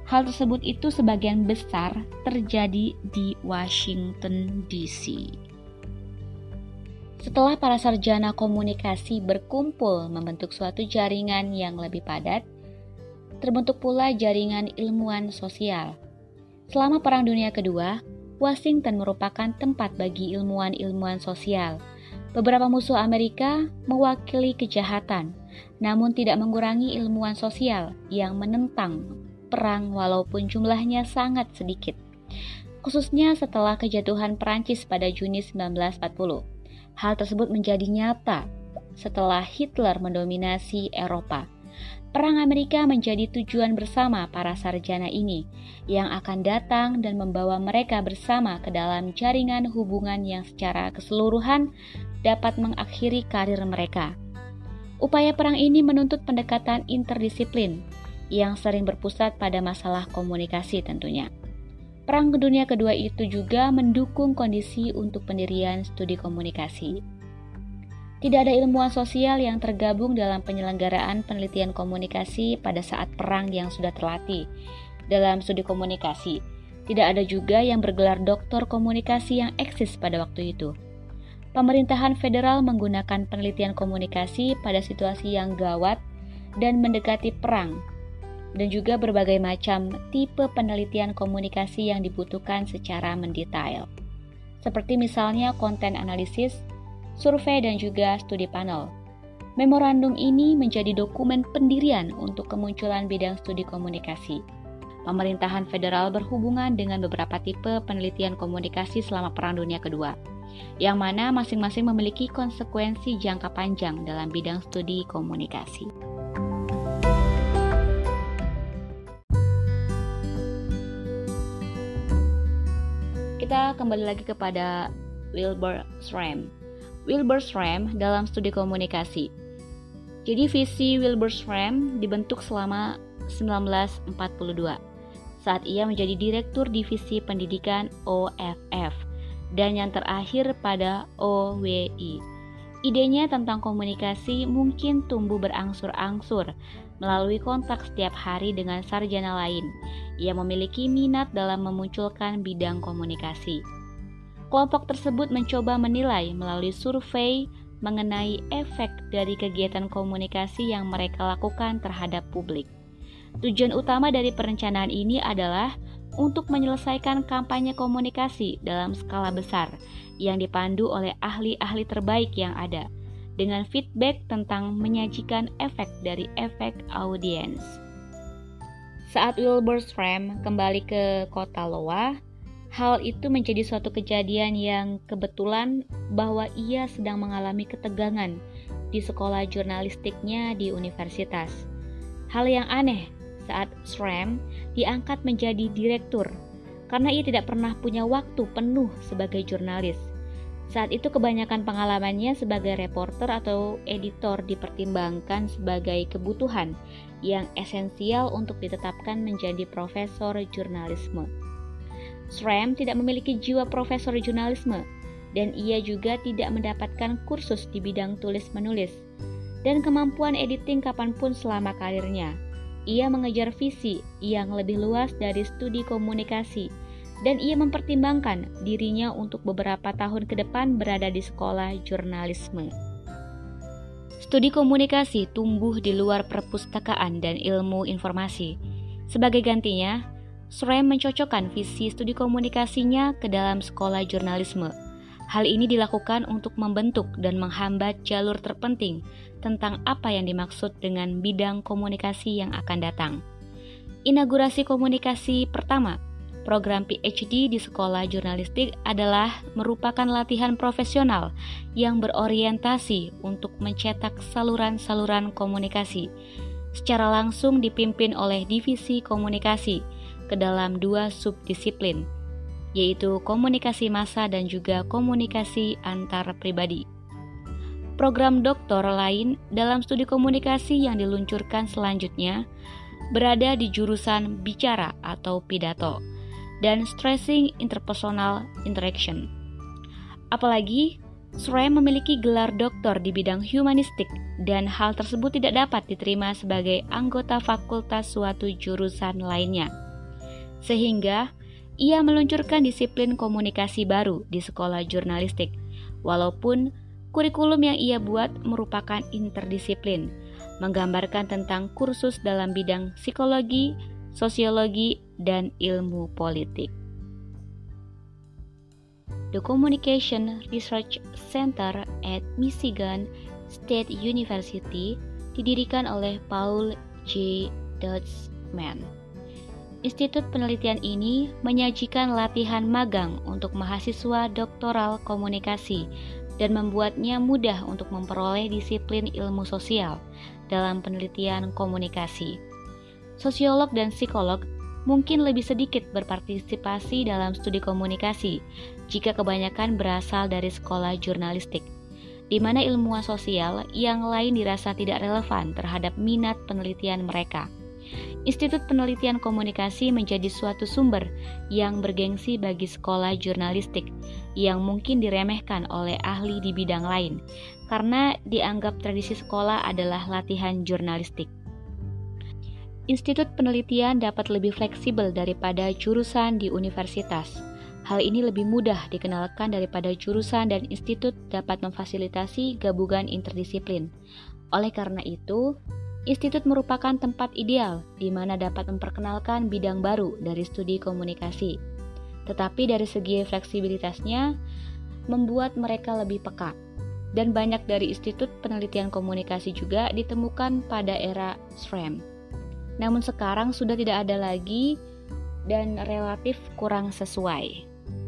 Hal tersebut itu sebagian besar terjadi di Washington D C. Setelah para sarjana komunikasi berkumpul membentuk suatu jaringan yang lebih padat, terbentuk pula jaringan ilmuwan sosial. Selama Perang Dunia Kedua, Washington merupakan tempat bagi ilmuwan-ilmuwan sosial. Beberapa musuh Amerika mewakili kejahatan, namun tidak mengurangi ilmuwan sosial yang menentang perang walaupun jumlahnya sangat sedikit, khususnya setelah kejatuhan Prancis pada Juni sembilan belas empat puluh. Hal tersebut menjadi nyata setelah Hitler mendominasi Eropa. Perang Amerika menjadi tujuan bersama para sarjana ini yang akan datang dan membawa mereka bersama ke dalam jaringan hubungan yang secara keseluruhan dapat mengakhiri karir mereka. Upaya perang ini menuntut pendekatan interdisiplin yang sering berpusat pada masalah komunikasi tentunya. Perang Dunia Kedua itu juga mendukung kondisi untuk pendirian studi komunikasi. Tidak ada ilmuwan sosial yang tergabung dalam penyelenggaraan penelitian komunikasi pada saat perang yang sudah terlatih dalam studi komunikasi. Tidak ada juga yang bergelar doktor komunikasi yang eksis pada waktu itu. Pemerintahan federal menggunakan penelitian komunikasi pada situasi yang gawat dan mendekati perang, dan juga berbagai macam tipe penelitian komunikasi yang dibutuhkan secara mendetail, seperti misalnya konten analisis, survei, dan juga studi panel. Memorandum ini menjadi dokumen pendirian untuk kemunculan bidang studi komunikasi. Pemerintahan federal berhubungan dengan beberapa tipe penelitian komunikasi selama Perang Dunia Kedua, yang mana masing-masing memiliki konsekuensi jangka panjang dalam bidang studi komunikasi. Kita kembali lagi kepada Wilbur Schramm. Wilbur Schramm dalam studi komunikasi. Jadi visi Wilbur Schramm dibentuk selama sembilan belas empat puluh dua saat ia menjadi Direktur Divisi Pendidikan O F F dan yang terakhir pada O W I. Idenya tentang komunikasi mungkin tumbuh berangsur-angsur melalui kontak setiap hari dengan sarjana lain yang memiliki minat dalam memunculkan bidang komunikasi. Kelompok tersebut mencoba menilai melalui survei mengenai efek dari kegiatan komunikasi yang mereka lakukan terhadap publik. Tujuan utama dari perencanaan ini adalah untuk menyelesaikan kampanye komunikasi dalam skala besar yang dipandu oleh ahli-ahli terbaik yang ada, dengan feedback tentang menyajikan efek dari efek audiens. Saat Wilbur Schramm kembali ke kota Iowa, hal itu menjadi suatu kejadian yang kebetulan bahwa ia sedang mengalami ketegangan di sekolah jurnalistiknya di universitas. Hal yang aneh saat Schramm diangkat menjadi direktur, karena ia tidak pernah punya waktu penuh sebagai jurnalis. Saat itu kebanyakan pengalamannya sebagai reporter atau editor dipertimbangkan sebagai kebutuhan yang esensial untuk ditetapkan menjadi profesor jurnalisme. Schramm tidak memiliki jiwa profesor jurnalisme, dan ia juga tidak mendapatkan kursus di bidang tulis-menulis dan kemampuan editing kapanpun selama karirnya. Ia mengejar visi yang lebih luas dari studi komunikasi, dan ia mempertimbangkan dirinya untuk beberapa tahun ke depan berada di sekolah jurnalisme. Studi komunikasi tumbuh di luar perpustakaan dan ilmu informasi. Sebagai gantinya, Schramm mencocokkan visi studi komunikasinya ke dalam sekolah jurnalisme. Hal ini dilakukan untuk membentuk dan menghambat jalur terpenting tentang apa yang dimaksud dengan bidang komunikasi yang akan datang. Inaugurasi komunikasi pertama program P H D di sekolah jurnalistik adalah merupakan latihan profesional yang berorientasi untuk mencetak saluran-saluran komunikasi secara langsung dipimpin oleh divisi komunikasi ke dalam dua subdisiplin, yaitu komunikasi massa dan juga komunikasi antar pribadi. Program doktor lain dalam studi komunikasi yang diluncurkan selanjutnya berada di jurusan bicara atau pidato dan stressing interpersonal interaction. Apalagi, Schramm memiliki gelar doktor di bidang humanistik dan hal tersebut tidak dapat diterima sebagai anggota fakultas suatu jurusan lainnya. Sehingga ia meluncurkan disiplin komunikasi baru di sekolah jurnalistik, walaupun kurikulum yang ia buat merupakan interdisiplin, menggambarkan tentang kursus dalam bidang psikologi, sosiologi, dan ilmu politik. The Communication Research Center at Michigan State University didirikan oleh Paul J. Dutchman. Institut penelitian ini menyajikan latihan magang untuk mahasiswa doktoral komunikasi dan membuatnya mudah untuk memperoleh disiplin ilmu sosial dalam penelitian komunikasi. Sosiolog dan psikolog mungkin lebih sedikit berpartisipasi dalam studi komunikasi jika kebanyakan berasal dari sekolah jurnalistik, di mana ilmuwan sosial yang lain dirasa tidak relevan terhadap minat penelitian mereka. Institut Penelitian Komunikasi menjadi suatu sumber yang bergengsi bagi sekolah jurnalistik yang mungkin diremehkan oleh ahli di bidang lain karena dianggap tradisi sekolah adalah latihan jurnalistik. Institut penelitian dapat lebih fleksibel daripada jurusan di universitas. Hal ini lebih mudah dikenalkan daripada jurusan dan institut dapat memfasilitasi gabungan interdisiplin. Oleh karena itu, institut merupakan tempat ideal di mana dapat memperkenalkan bidang baru dari studi komunikasi. Tetapi dari segi fleksibilitasnya, membuat mereka lebih peka. Dan banyak dari institut penelitian komunikasi juga ditemukan pada era S R A M. Namun sekarang sudah tidak ada lagi dan relatif kurang sesuai.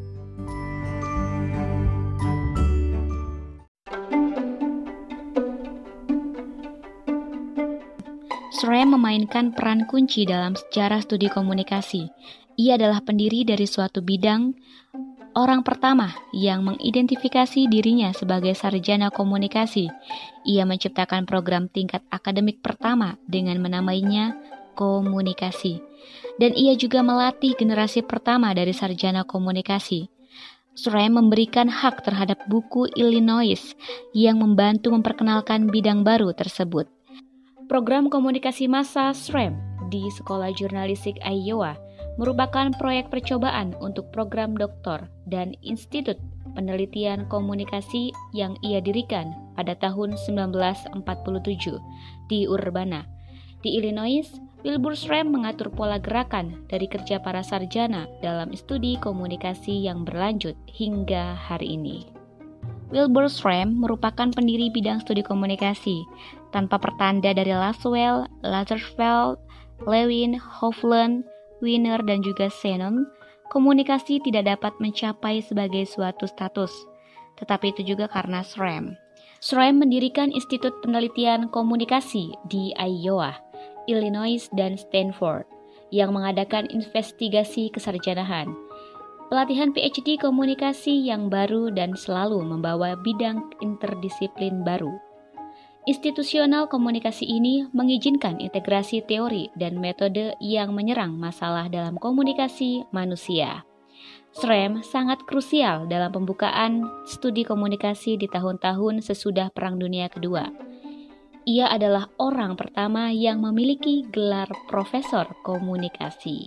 S R A M memainkan peran kunci dalam sejarah studi komunikasi. Ia adalah pendiri dari suatu bidang, orang pertama yang mengidentifikasi dirinya sebagai sarjana komunikasi. Ia menciptakan program tingkat akademik pertama dengan menamainya komunikasi. Dan ia juga melatih generasi pertama dari sarjana komunikasi. S R A M memberikan hak terhadap buku Illinois yang membantu memperkenalkan bidang baru tersebut. Program komunikasi massa S R A M di Sekolah Jurnalistik Iowa merupakan proyek percobaan untuk program doktor dan Institut Penelitian Komunikasi yang ia dirikan pada tahun sembilan belas empat puluh tujuh di Urbana. Di Illinois, Wilbur S R A M mengatur pola gerakan dari kerja para sarjana dalam studi komunikasi yang berlanjut hingga hari ini. Wilbur S R A M merupakan pendiri bidang studi komunikasi. Tanpa pertanda dari Laswell, Lazarsfeld, Lewin, Hovland, Wiener, dan juga Shannon, komunikasi tidak dapat mencapai sebagai suatu status. Tetapi itu juga karena S R A M. S R A M mendirikan Institut Penelitian Komunikasi di Iowa, Illinois, dan Stanford yang mengadakan investigasi kesarjanahan, pelatihan P H D komunikasi yang baru dan selalu membawa bidang interdisiplin baru. Institusional komunikasi ini mengizinkan integrasi teori dan metode yang menyerang masalah dalam komunikasi manusia. S R A M sangat krusial dalam pembukaan studi komunikasi di tahun-tahun sesudah Perang Dunia Kedua. Ia adalah orang pertama yang memiliki gelar Profesor Komunikasi.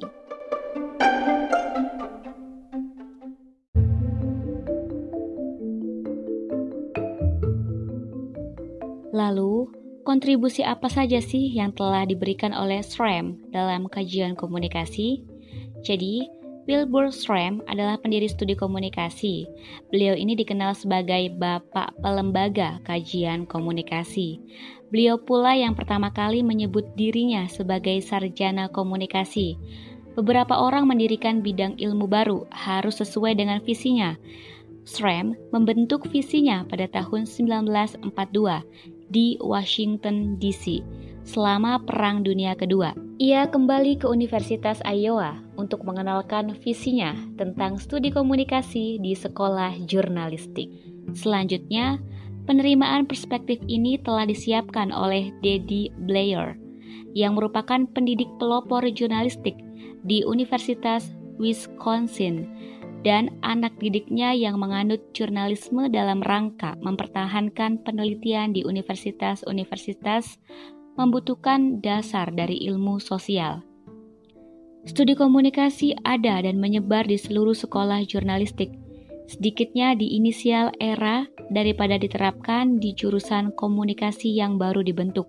Lalu, kontribusi apa saja sih yang telah diberikan oleh S R A M dalam kajian komunikasi? Jadi, Wilbur S R A M adalah pendiri studi komunikasi. Beliau ini dikenal sebagai Bapak Pelembaga Kajian Komunikasi. Beliau pula yang pertama kali menyebut dirinya sebagai sarjana komunikasi. Beberapa orang mendirikan bidang ilmu baru harus sesuai dengan visinya. S R A M membentuk visinya pada tahun sembilan belas empat puluh dua di Washington D C selama Perang Dunia Kedua. Ia kembali ke Universitas Iowa untuk mengenalkan visinya tentang studi komunikasi di sekolah jurnalistik. Selanjutnya, penerimaan perspektif ini telah disiapkan oleh Daddy Blair, yang merupakan pendidik pelopor jurnalistik di Universitas Wisconsin, dan anak didiknya yang menganut jurnalisme dalam rangka mempertahankan penelitian di universitas-universitas membutuhkan dasar dari ilmu sosial. Studi komunikasi ada dan menyebar di seluruh sekolah jurnalistik, sedikitnya di inisial era daripada diterapkan di jurusan komunikasi yang baru dibentuk.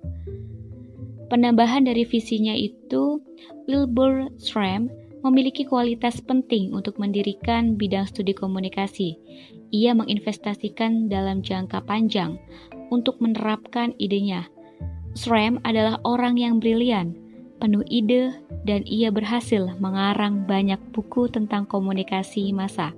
Penambahan dari visinya itu, Wilbur Schramm memiliki kualitas penting untuk mendirikan bidang studi komunikasi. Ia menginvestasikan dalam jangka panjang untuk menerapkan idenya. Schramm adalah orang yang brilian, penuh ide, dan ia berhasil mengarang banyak buku tentang komunikasi massa.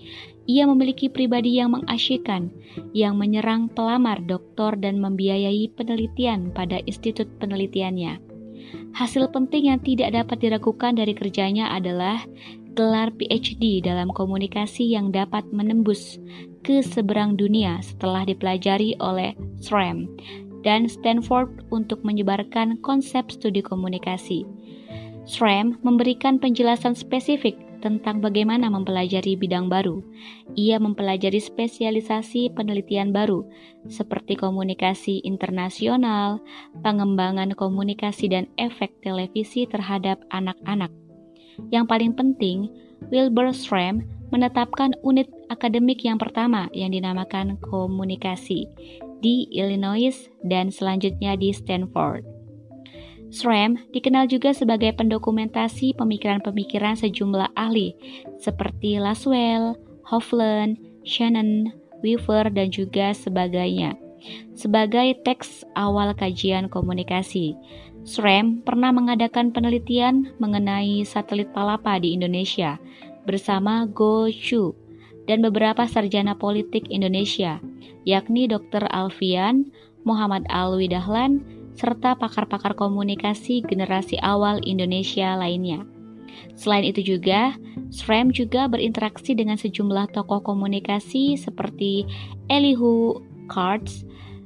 Ia memiliki pribadi yang mengasyikkan, yang menyerang pelamar doktor dan membiayai penelitian pada institut penelitiannya. Hasil penting yang tidak dapat diragukan dari kerjanya adalah gelar P H D dalam komunikasi yang dapat menembus ke seberang dunia setelah dipelajari oleh Schramm dan Stanford untuk menyebarkan konsep studi komunikasi. Schramm memberikan penjelasan spesifik tentang bagaimana mempelajari bidang baru. Ia mempelajari spesialisasi penelitian baru, seperti komunikasi internasional, pengembangan komunikasi dan efek televisi terhadap anak-anak. Yang paling penting, Wilbur Schramm menetapkan unit akademik yang pertama yang dinamakan komunikasi di Illinois dan selanjutnya di Stanford. Schramm dikenal juga sebagai pendokumentasi pemikiran-pemikiran sejumlah ahli seperti Laswell, Hovland, Shannon, Weaver, dan juga sebagainya. Sebagai teks awal kajian komunikasi, Schramm pernah mengadakan penelitian mengenai satelit palapa di Indonesia bersama Go Chu dan beberapa sarjana politik Indonesia, yakni doktor Alfian, Muhammad Alwi Dahlan, serta pakar-pakar komunikasi generasi awal Indonesia lainnya. Selain itu juga, Schramm juga berinteraksi dengan sejumlah tokoh komunikasi seperti Elihu Katz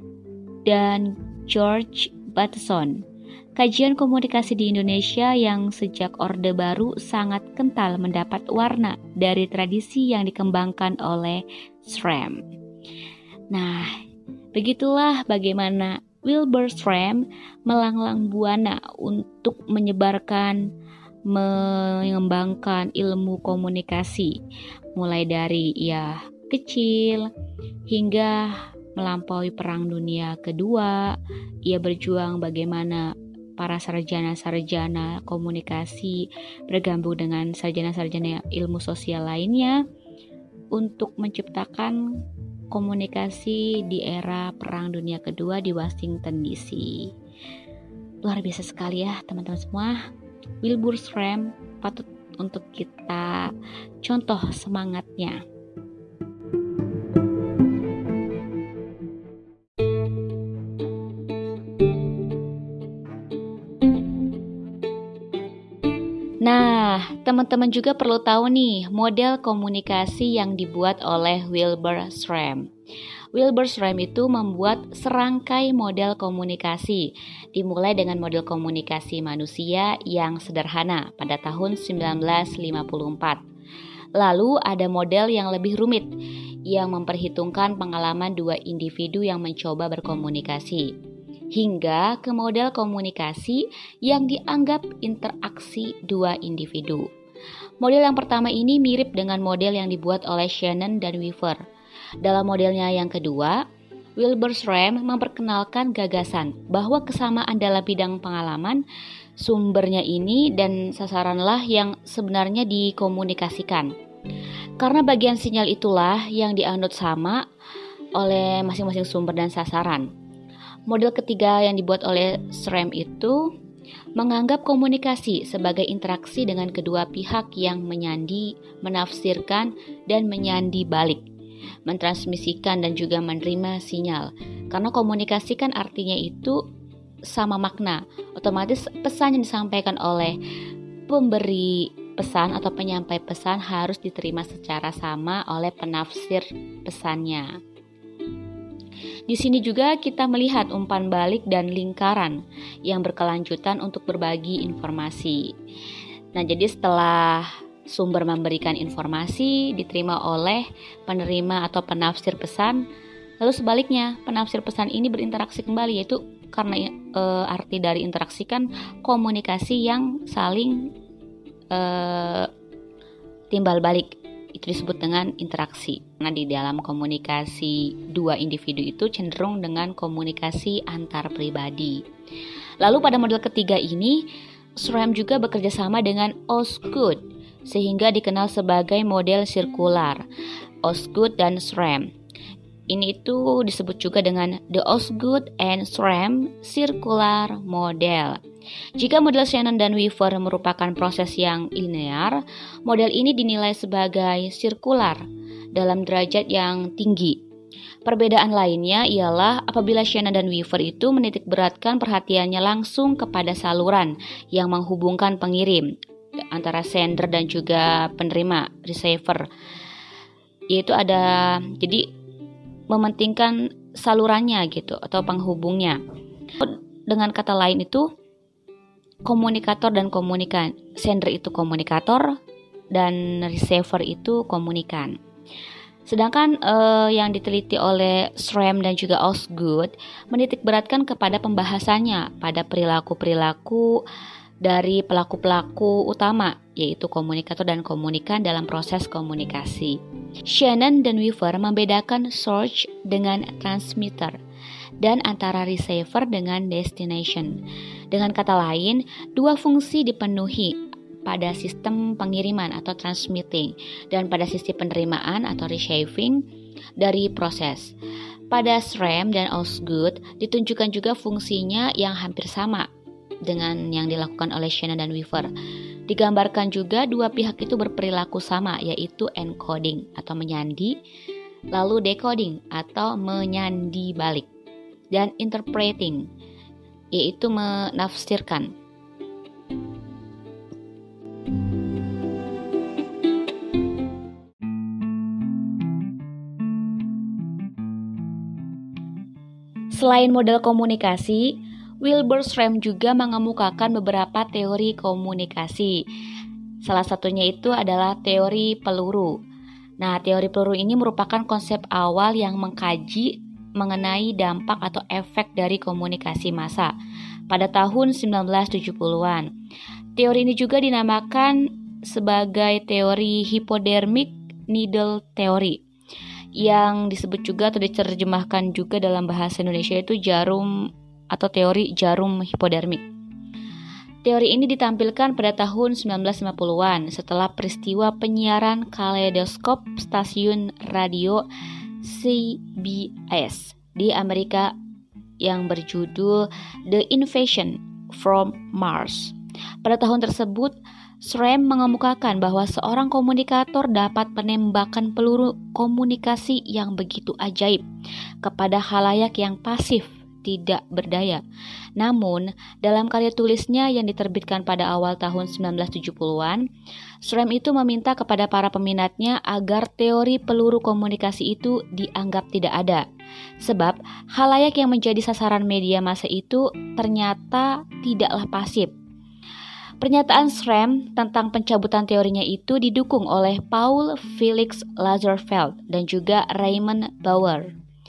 dan George Bateson. Kajian komunikasi di Indonesia yang sejak Orde Baru sangat kental mendapat warna dari tradisi yang dikembangkan oleh Schramm. Nah, begitulah bagaimana Wilbur Schramm melanglang buana untuk menyebarkan, mengembangkan ilmu komunikasi, mulai dari ia kecil hingga melampaui Perang Dunia Kedua. Ia berjuang bagaimana para sarjana-sarjana komunikasi bergabung dengan sarjana-sarjana ilmu sosial lainnya untuk menciptakan komunikasi di era Perang Dunia Kedua di Washington D C. Luar biasa sekali ya teman-teman semua. Wilbur Schramm patut untuk kita contoh semangatnya. Nah, teman-teman juga perlu tahu nih model komunikasi yang dibuat oleh Wilbur Schramm. Wilbur Schramm itu membuat serangkai model komunikasi, dimulai dengan model komunikasi manusia yang sederhana pada tahun sembilan belas lima puluh empat. Lalu ada model yang lebih rumit, yang memperhitungkan pengalaman dua individu yang mencoba berkomunikasi, hingga ke model komunikasi yang dianggap interaksi dua individu. Model yang pertama ini mirip dengan model yang dibuat oleh Shannon dan Weaver. Dalam modelnya yang kedua, Wilbur Schramm memperkenalkan gagasan bahwa kesamaan dalam bidang pengalaman, sumbernya ini dan sasaranlah yang sebenarnya dikomunikasikan. Karena bagian sinyal itulah yang dianut sama oleh masing-masing sumber dan sasaran. Model ketiga yang dibuat oleh Schramm itu menganggap komunikasi sebagai interaksi dengan kedua pihak yang menyandi, menafsirkan, dan menyandi balik, mentransmisikan dan juga menerima sinyal. Karena komunikasi kan artinya itu sama makna, otomatis pesan yang disampaikan oleh pemberi pesan atau penyampai pesan harus diterima secara sama oleh penafsir pesannya. Di sini juga kita melihat umpan balik dan lingkaran yang berkelanjutan untuk berbagi informasi. Nah, jadi setelah sumber memberikan informasi diterima oleh penerima atau penafsir pesan, lalu sebaliknya penafsir pesan ini berinteraksi kembali, yaitu karena e, arti dari interaksi kan komunikasi yang saling eh, timbal balik. Itu disebut dengan interaksi. Nah, di dalam komunikasi dua individu itu cenderung dengan komunikasi antar pribadi. Lalu pada model ketiga ini, Schramm juga bekerja sama dengan Osgood, sehingga dikenal sebagai model sirkular. Osgood dan Schramm. Ini itu disebut juga dengan the Osgood and Schramm Circular Model. Jika model Shannon dan Weaver merupakan proses yang linear, model ini dinilai sebagai sirkular dalam derajat yang tinggi. Perbedaan lainnya ialah apabila Shannon dan Weaver itu menitikberatkan perhatiannya langsung kepada saluran yang menghubungkan pengirim antara sender dan juga penerima, receiver. Yaitu ada, jadi mementingkan salurannya gitu atau penghubungnya. Dengan kata lain itu komunikator dan komunikan. Sender itu komunikator dan receiver itu komunikan. Sedangkan eh, yang diteliti oleh Schramm dan juga Osgood menitikberatkan kepada pembahasannya pada perilaku-perilaku dari pelaku-pelaku utama, yaitu komunikator dan komunikan dalam proses komunikasi. Shannon dan Weaver membedakan source dengan transmitter dan antara receiver dengan destination. Dengan kata lain, dua fungsi dipenuhi pada sistem pengiriman atau transmitting dan pada sisi penerimaan atau receiving dari proses. Pada Schramm dan Osgood ditunjukkan juga fungsinya yang hampir sama dengan yang dilakukan oleh Shannon dan Weaver. Digambarkan juga dua pihak itu berperilaku sama, yaitu encoding atau menyandi, lalu decoding atau menyandi balik, dan interpreting, yaitu menafsirkan. Selain model komunikasi, Wilbur Schramm juga mengemukakan beberapa teori komunikasi. Salah satunya itu adalah teori peluru. Nah, teori peluru ini merupakan konsep awal yang mengkaji mengenai dampak atau efek dari komunikasi massa pada tahun sembilan belas tujuh puluhan. Teori ini juga dinamakan sebagai teori hypodermic needle theory, yang disebut juga atau diterjemahkan juga dalam bahasa Indonesia itu jarum atau teori jarum hipodermik. Teori ini ditampilkan pada tahun sembilan belas lima puluhan setelah peristiwa penyiaran kaleidoskop stasiun radio C B S di Amerika yang berjudul The Invasion from Mars. Pada tahun tersebut, Schramm mengemukakan bahwa seorang komunikator dapat menembakkan peluru komunikasi yang begitu ajaib kepada khalayak yang pasif, tidak berdaya. Namun, dalam karya tulisnya yang diterbitkan pada awal tahun sembilan belas tujuh puluhan, Schramm itu meminta kepada para peminatnya agar teori peluru komunikasi itu dianggap tidak ada. Sebab, khalayak yang menjadi sasaran media massa itu ternyata tidaklah pasif. Pernyataan Schramm tentang pencabutan teorinya itu didukung oleh Paul Felix Lazarsfeld dan juga Raymond Bauer.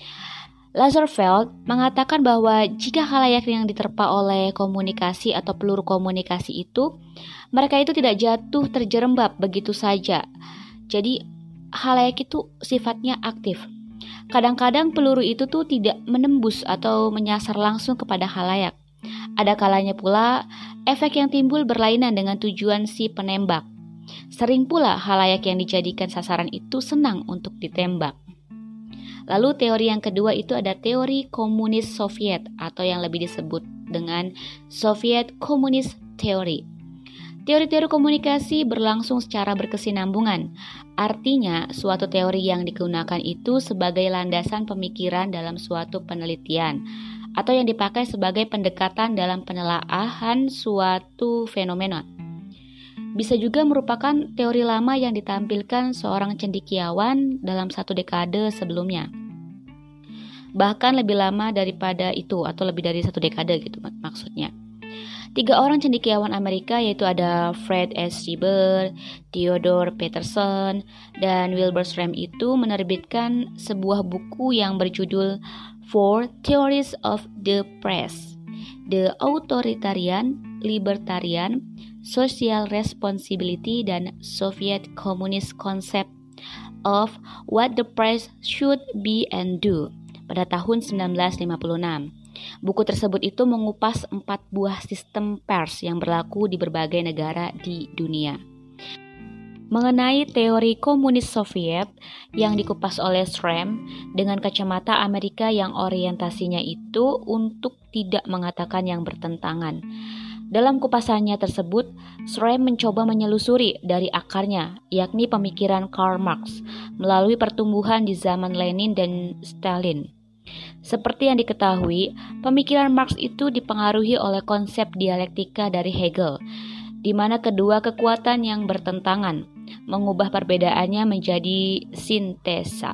Lazarsfeld mengatakan bahwa jika khalayak yang diterpa oleh komunikasi atau peluru komunikasi itu, mereka itu tidak jatuh terjerembab begitu saja. Jadi khalayak itu sifatnya aktif. Kadang-kadang peluru itu tuh tidak menembus atau menyasar langsung kepada khalayak. Ada kalanya pula efek yang timbul berlainan dengan tujuan si penembak. Sering pula khalayak yang dijadikan sasaran itu senang untuk ditembak. Lalu teori yang kedua itu ada teori komunis Soviet atau yang lebih disebut dengan Soviet Communist Theory. Teori-teori komunikasi berlangsung secara berkesinambungan. Artinya, suatu teori yang digunakan itu sebagai landasan pemikiran dalam suatu penelitian atau yang dipakai sebagai pendekatan dalam penelaahan suatu fenomena. Bisa juga merupakan teori lama yang ditampilkan seorang cendekiawan dalam satu dekade sebelumnya. Bahkan lebih lama daripada itu atau lebih dari satu dekade gitu mak- maksudnya. Tiga orang cendekiawan Amerika yaitu ada Fred S. Sieber, Theodore Peterson, dan Wilbur Schramm itu menerbitkan sebuah buku yang berjudul Four Theories of the Press, The Authoritarian, Libertarian, Social Responsibility dan Soviet Communist Concept of What the Press Should Be and Do pada tahun sembilan belas lima puluh enam. Buku tersebut itu mengupas empat buah sistem pers yang berlaku di berbagai negara di dunia. Mengenai teori komunis Soviet yang dikupas oleh Schramm dengan kacamata Amerika yang orientasinya itu untuk tidak mengatakan yang bertentangan. Dalam kupasannya tersebut, Schramm mencoba menyelusuri dari akarnya, yakni pemikiran Karl Marx, melalui pertumbuhan di zaman Lenin dan Stalin. Seperti yang diketahui, pemikiran Marx itu dipengaruhi oleh konsep dialektika dari Hegel, di mana kedua kekuatan yang bertentangan mengubah perbedaannya menjadi sintesa.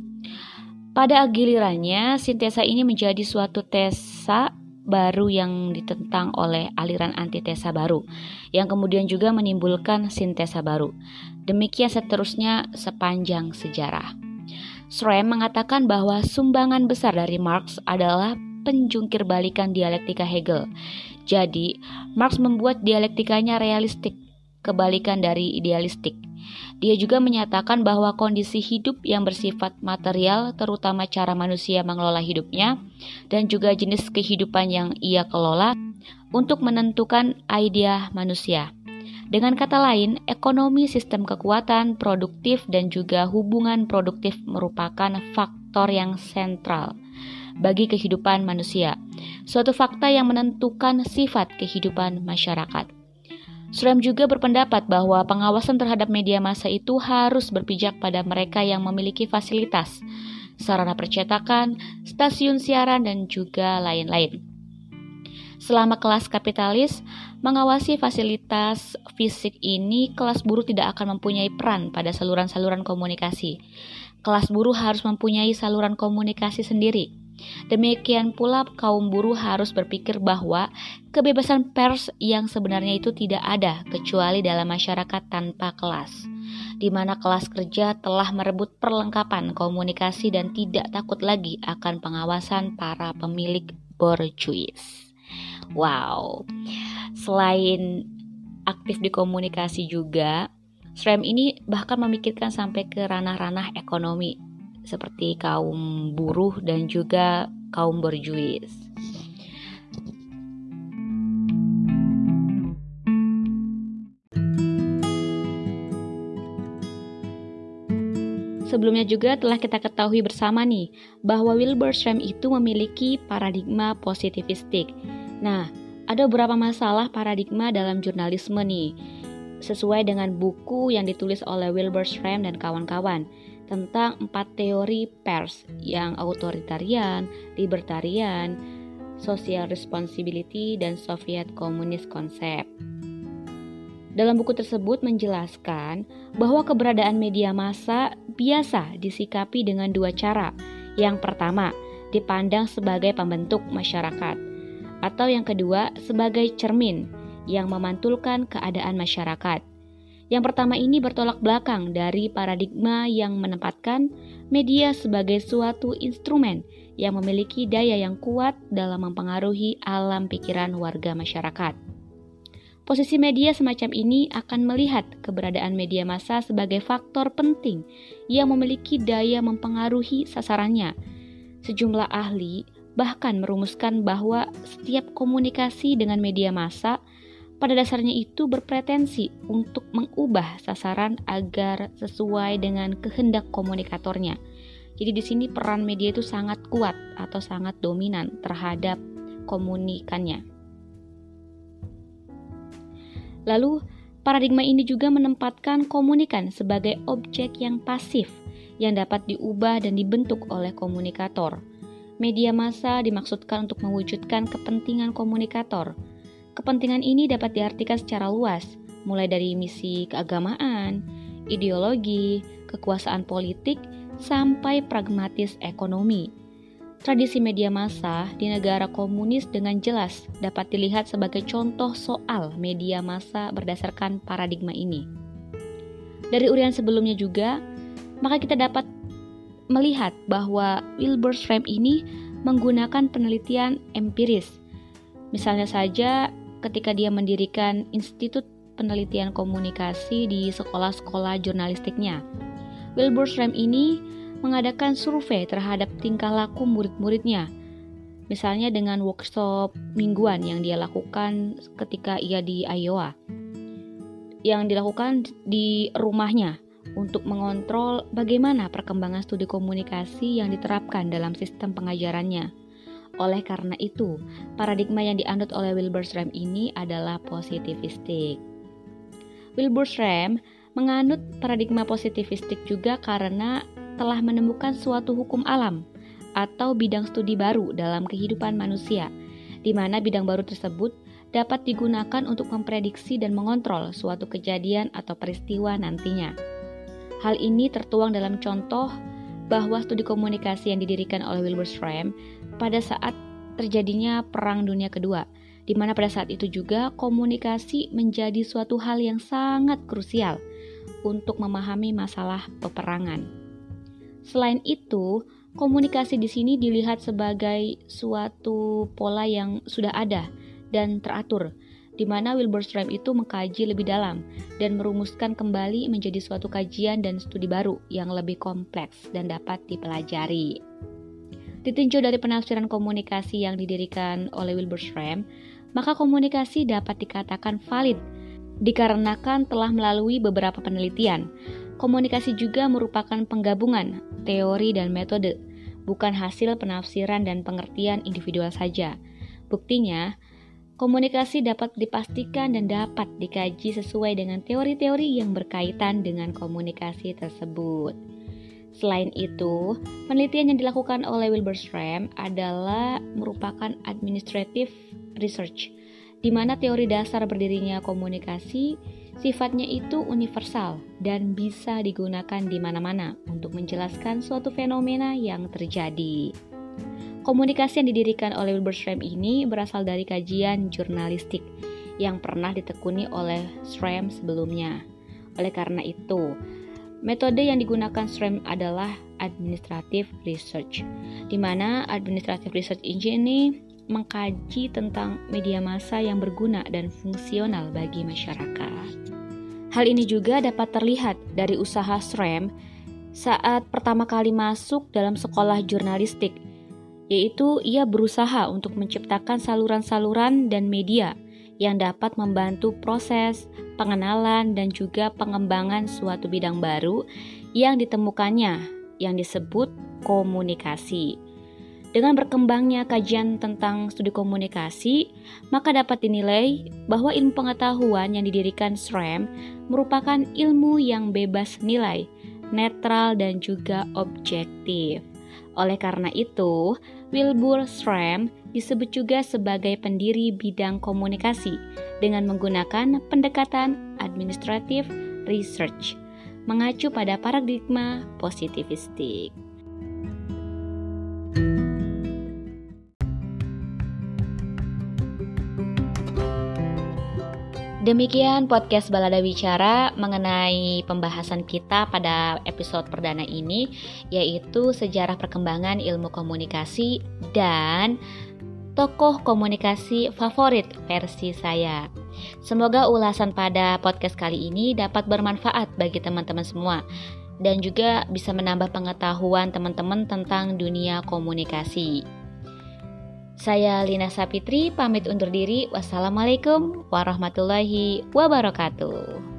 Pada gilirannya, sintesa ini menjadi suatu tesa baru yang ditentang oleh aliran antitesa baru, yang kemudian juga menimbulkan sintesa baru. Demikian seterusnya sepanjang sejarah. Schramm mengatakan bahwa sumbangan besar dari Marx adalah penjungkir balikan dialektika Hegel. Jadi, Marx membuat dialektikanya realistik, kebalikan dari idealistik. Dia juga menyatakan bahwa kondisi hidup yang bersifat material, terutama cara manusia mengelola hidupnya, dan juga jenis kehidupan yang ia kelola, untuk menentukan idea manusia. Dengan kata lain, ekonomi, sistem kekuatan, produktif, dan juga hubungan produktif merupakan faktor yang sentral bagi kehidupan manusia, suatu fakta yang menentukan sifat kehidupan masyarakat. Schramm juga berpendapat bahwa pengawasan terhadap media massa itu harus berpijak pada mereka yang memiliki fasilitas, sarana percetakan, stasiun siaran, dan juga lain-lain. Selama kelas kapitalis mengawasi fasilitas fisik ini, kelas buruh tidak akan mempunyai peran pada saluran-saluran komunikasi. Kelas buruh harus mempunyai saluran komunikasi sendiri. Demikian pula kaum buruh harus berpikir bahwa kebebasan pers yang sebenarnya itu tidak ada kecuali dalam masyarakat tanpa kelas, di mana kelas kerja telah merebut perlengkapan komunikasi dan tidak takut lagi akan pengawasan para pemilik borjuis. Wow, selain aktif di komunikasi juga, Schramm ini bahkan memikirkan sampai ke ranah-ranah ekonomi, seperti kaum buruh dan juga kaum borjuis. Sebelumnya juga telah kita ketahui bersama nih, bahwa Wilbur Schramm itu memiliki paradigma positivistik. Nah, ada beberapa masalah paradigma dalam jurnalisme nih, sesuai dengan buku yang ditulis oleh Wilbur Schramm dan kawan-kawan, tentang empat teori pers yang authoritarian, libertarian, social responsibility, dan Soviet Communist Concept. Dalam buku tersebut menjelaskan bahwa keberadaan media massa biasa disikapi dengan dua cara. Yang pertama, dipandang sebagai pembentuk masyarakat, atau yang kedua sebagai cermin yang memantulkan keadaan masyarakat. Yang pertama ini bertolak belakang dari paradigma yang menempatkan media sebagai suatu instrumen yang memiliki daya yang kuat dalam mempengaruhi alam pikiran warga masyarakat. Posisi media semacam ini akan melihat keberadaan media massa sebagai faktor penting yang memiliki daya mempengaruhi sasarannya. Sejumlah ahli bahkan merumuskan bahwa setiap komunikasi dengan media massa pada dasarnya itu berpretensi untuk mengubah sasaran agar sesuai dengan kehendak komunikatornya. Jadi di sini peran media itu sangat kuat atau sangat dominan terhadap komunikannya. Lalu, paradigma ini juga menempatkan komunikan sebagai objek yang pasif yang dapat diubah dan dibentuk oleh komunikator. Media massa dimaksudkan untuk mewujudkan kepentingan komunikator. Kepentingan ini dapat diartikan secara luas, mulai dari misi keagamaan, ideologi, kekuasaan politik, sampai pragmatis ekonomi. Tradisi media massa di negara komunis dengan jelas dapat dilihat sebagai contoh soal media massa berdasarkan paradigma ini. Dari urian sebelumnya juga, maka kita dapat melihat bahwa Wilbur Schramm ini menggunakan penelitian empiris. Misalnya saja ketika dia mendirikan Institut penelitian komunikasi di sekolah-sekolah jurnalistiknya. Wilbur Schramm ini mengadakan survei terhadap tingkah laku murid-muridnya, misalnya dengan workshop mingguan yang dia lakukan ketika ia di Iowa, yang dilakukan di rumahnya untuk mengontrol bagaimana perkembangan studi komunikasi yang diterapkan dalam sistem pengajarannya. Oleh karena itu, paradigma yang dianut oleh Wilbur Schramm ini adalah positivistik. Wilbur Schramm menganut paradigma positivistik juga karena telah menemukan suatu hukum alam atau bidang studi baru dalam kehidupan manusia, di mana bidang baru tersebut dapat digunakan untuk memprediksi dan mengontrol suatu kejadian atau peristiwa nantinya. Hal ini tertuang dalam contoh bahwa studi komunikasi yang didirikan oleh Wilbur Schramm pada saat terjadinya Perang Dunia Kedua, di mana pada saat itu juga komunikasi menjadi suatu hal yang sangat krusial untuk memahami masalah peperangan. Selain itu, komunikasi di sini dilihat sebagai suatu pola yang sudah ada dan teratur, di mana Wilbur Schramm itu mengkaji lebih dalam dan merumuskan kembali menjadi suatu kajian dan studi baru yang lebih kompleks dan dapat dipelajari. Ditinjau dari penafsiran komunikasi yang didirikan oleh Wilbur Schramm, maka komunikasi dapat dikatakan valid dikarenakan telah melalui beberapa penelitian. Komunikasi juga merupakan penggabungan teori dan metode, bukan hasil penafsiran dan pengertian individual saja. Buktinya, komunikasi dapat dipastikan dan dapat dikaji sesuai dengan teori-teori yang berkaitan dengan komunikasi tersebut. Selain itu, penelitian yang dilakukan oleh Wilbur Schramm adalah merupakan administrative research, di mana teori dasar berdirinya komunikasi sifatnya itu universal dan bisa digunakan di mana-mana untuk menjelaskan suatu fenomena yang terjadi. Komunikasi yang didirikan oleh Wilbur Schramm ini berasal dari kajian jurnalistik yang pernah ditekuni oleh Schramm sebelumnya. Oleh karena itu, metode yang digunakan Schramm adalah administrative research, di mana administrative research ini mengkaji tentang media massa yang berguna dan fungsional bagi masyarakat. Hal ini juga dapat terlihat dari usaha Schramm saat pertama kali masuk dalam sekolah jurnalistik, yaitu ia berusaha untuk menciptakan saluran-saluran dan media yang dapat membantu proses pengenalan dan juga pengembangan suatu bidang baru yang ditemukannya, yang disebut komunikasi. Dengan berkembangnya kajian tentang studi komunikasi, maka dapat dinilai bahwa ilmu pengetahuan yang didirikan Schramm merupakan ilmu yang bebas nilai, netral dan juga objektif. Oleh karena itu, Wilbur Schramm disebut juga sebagai pendiri bidang komunikasi dengan menggunakan pendekatan administrative research, mengacu pada paradigma positivistik. Demikian podcast Balada Bicara mengenai pembahasan kita pada episode perdana ini, yaitu sejarah perkembangan ilmu komunikasi dan tokoh komunikasi favorit versi saya. Semoga ulasan pada podcast kali ini dapat bermanfaat bagi teman-teman semua dan juga bisa menambah pengetahuan teman-teman tentang dunia komunikasi. Saya Lina Sapitri pamit undur diri. Wassalamualaikum warahmatullahi wabarakatuh.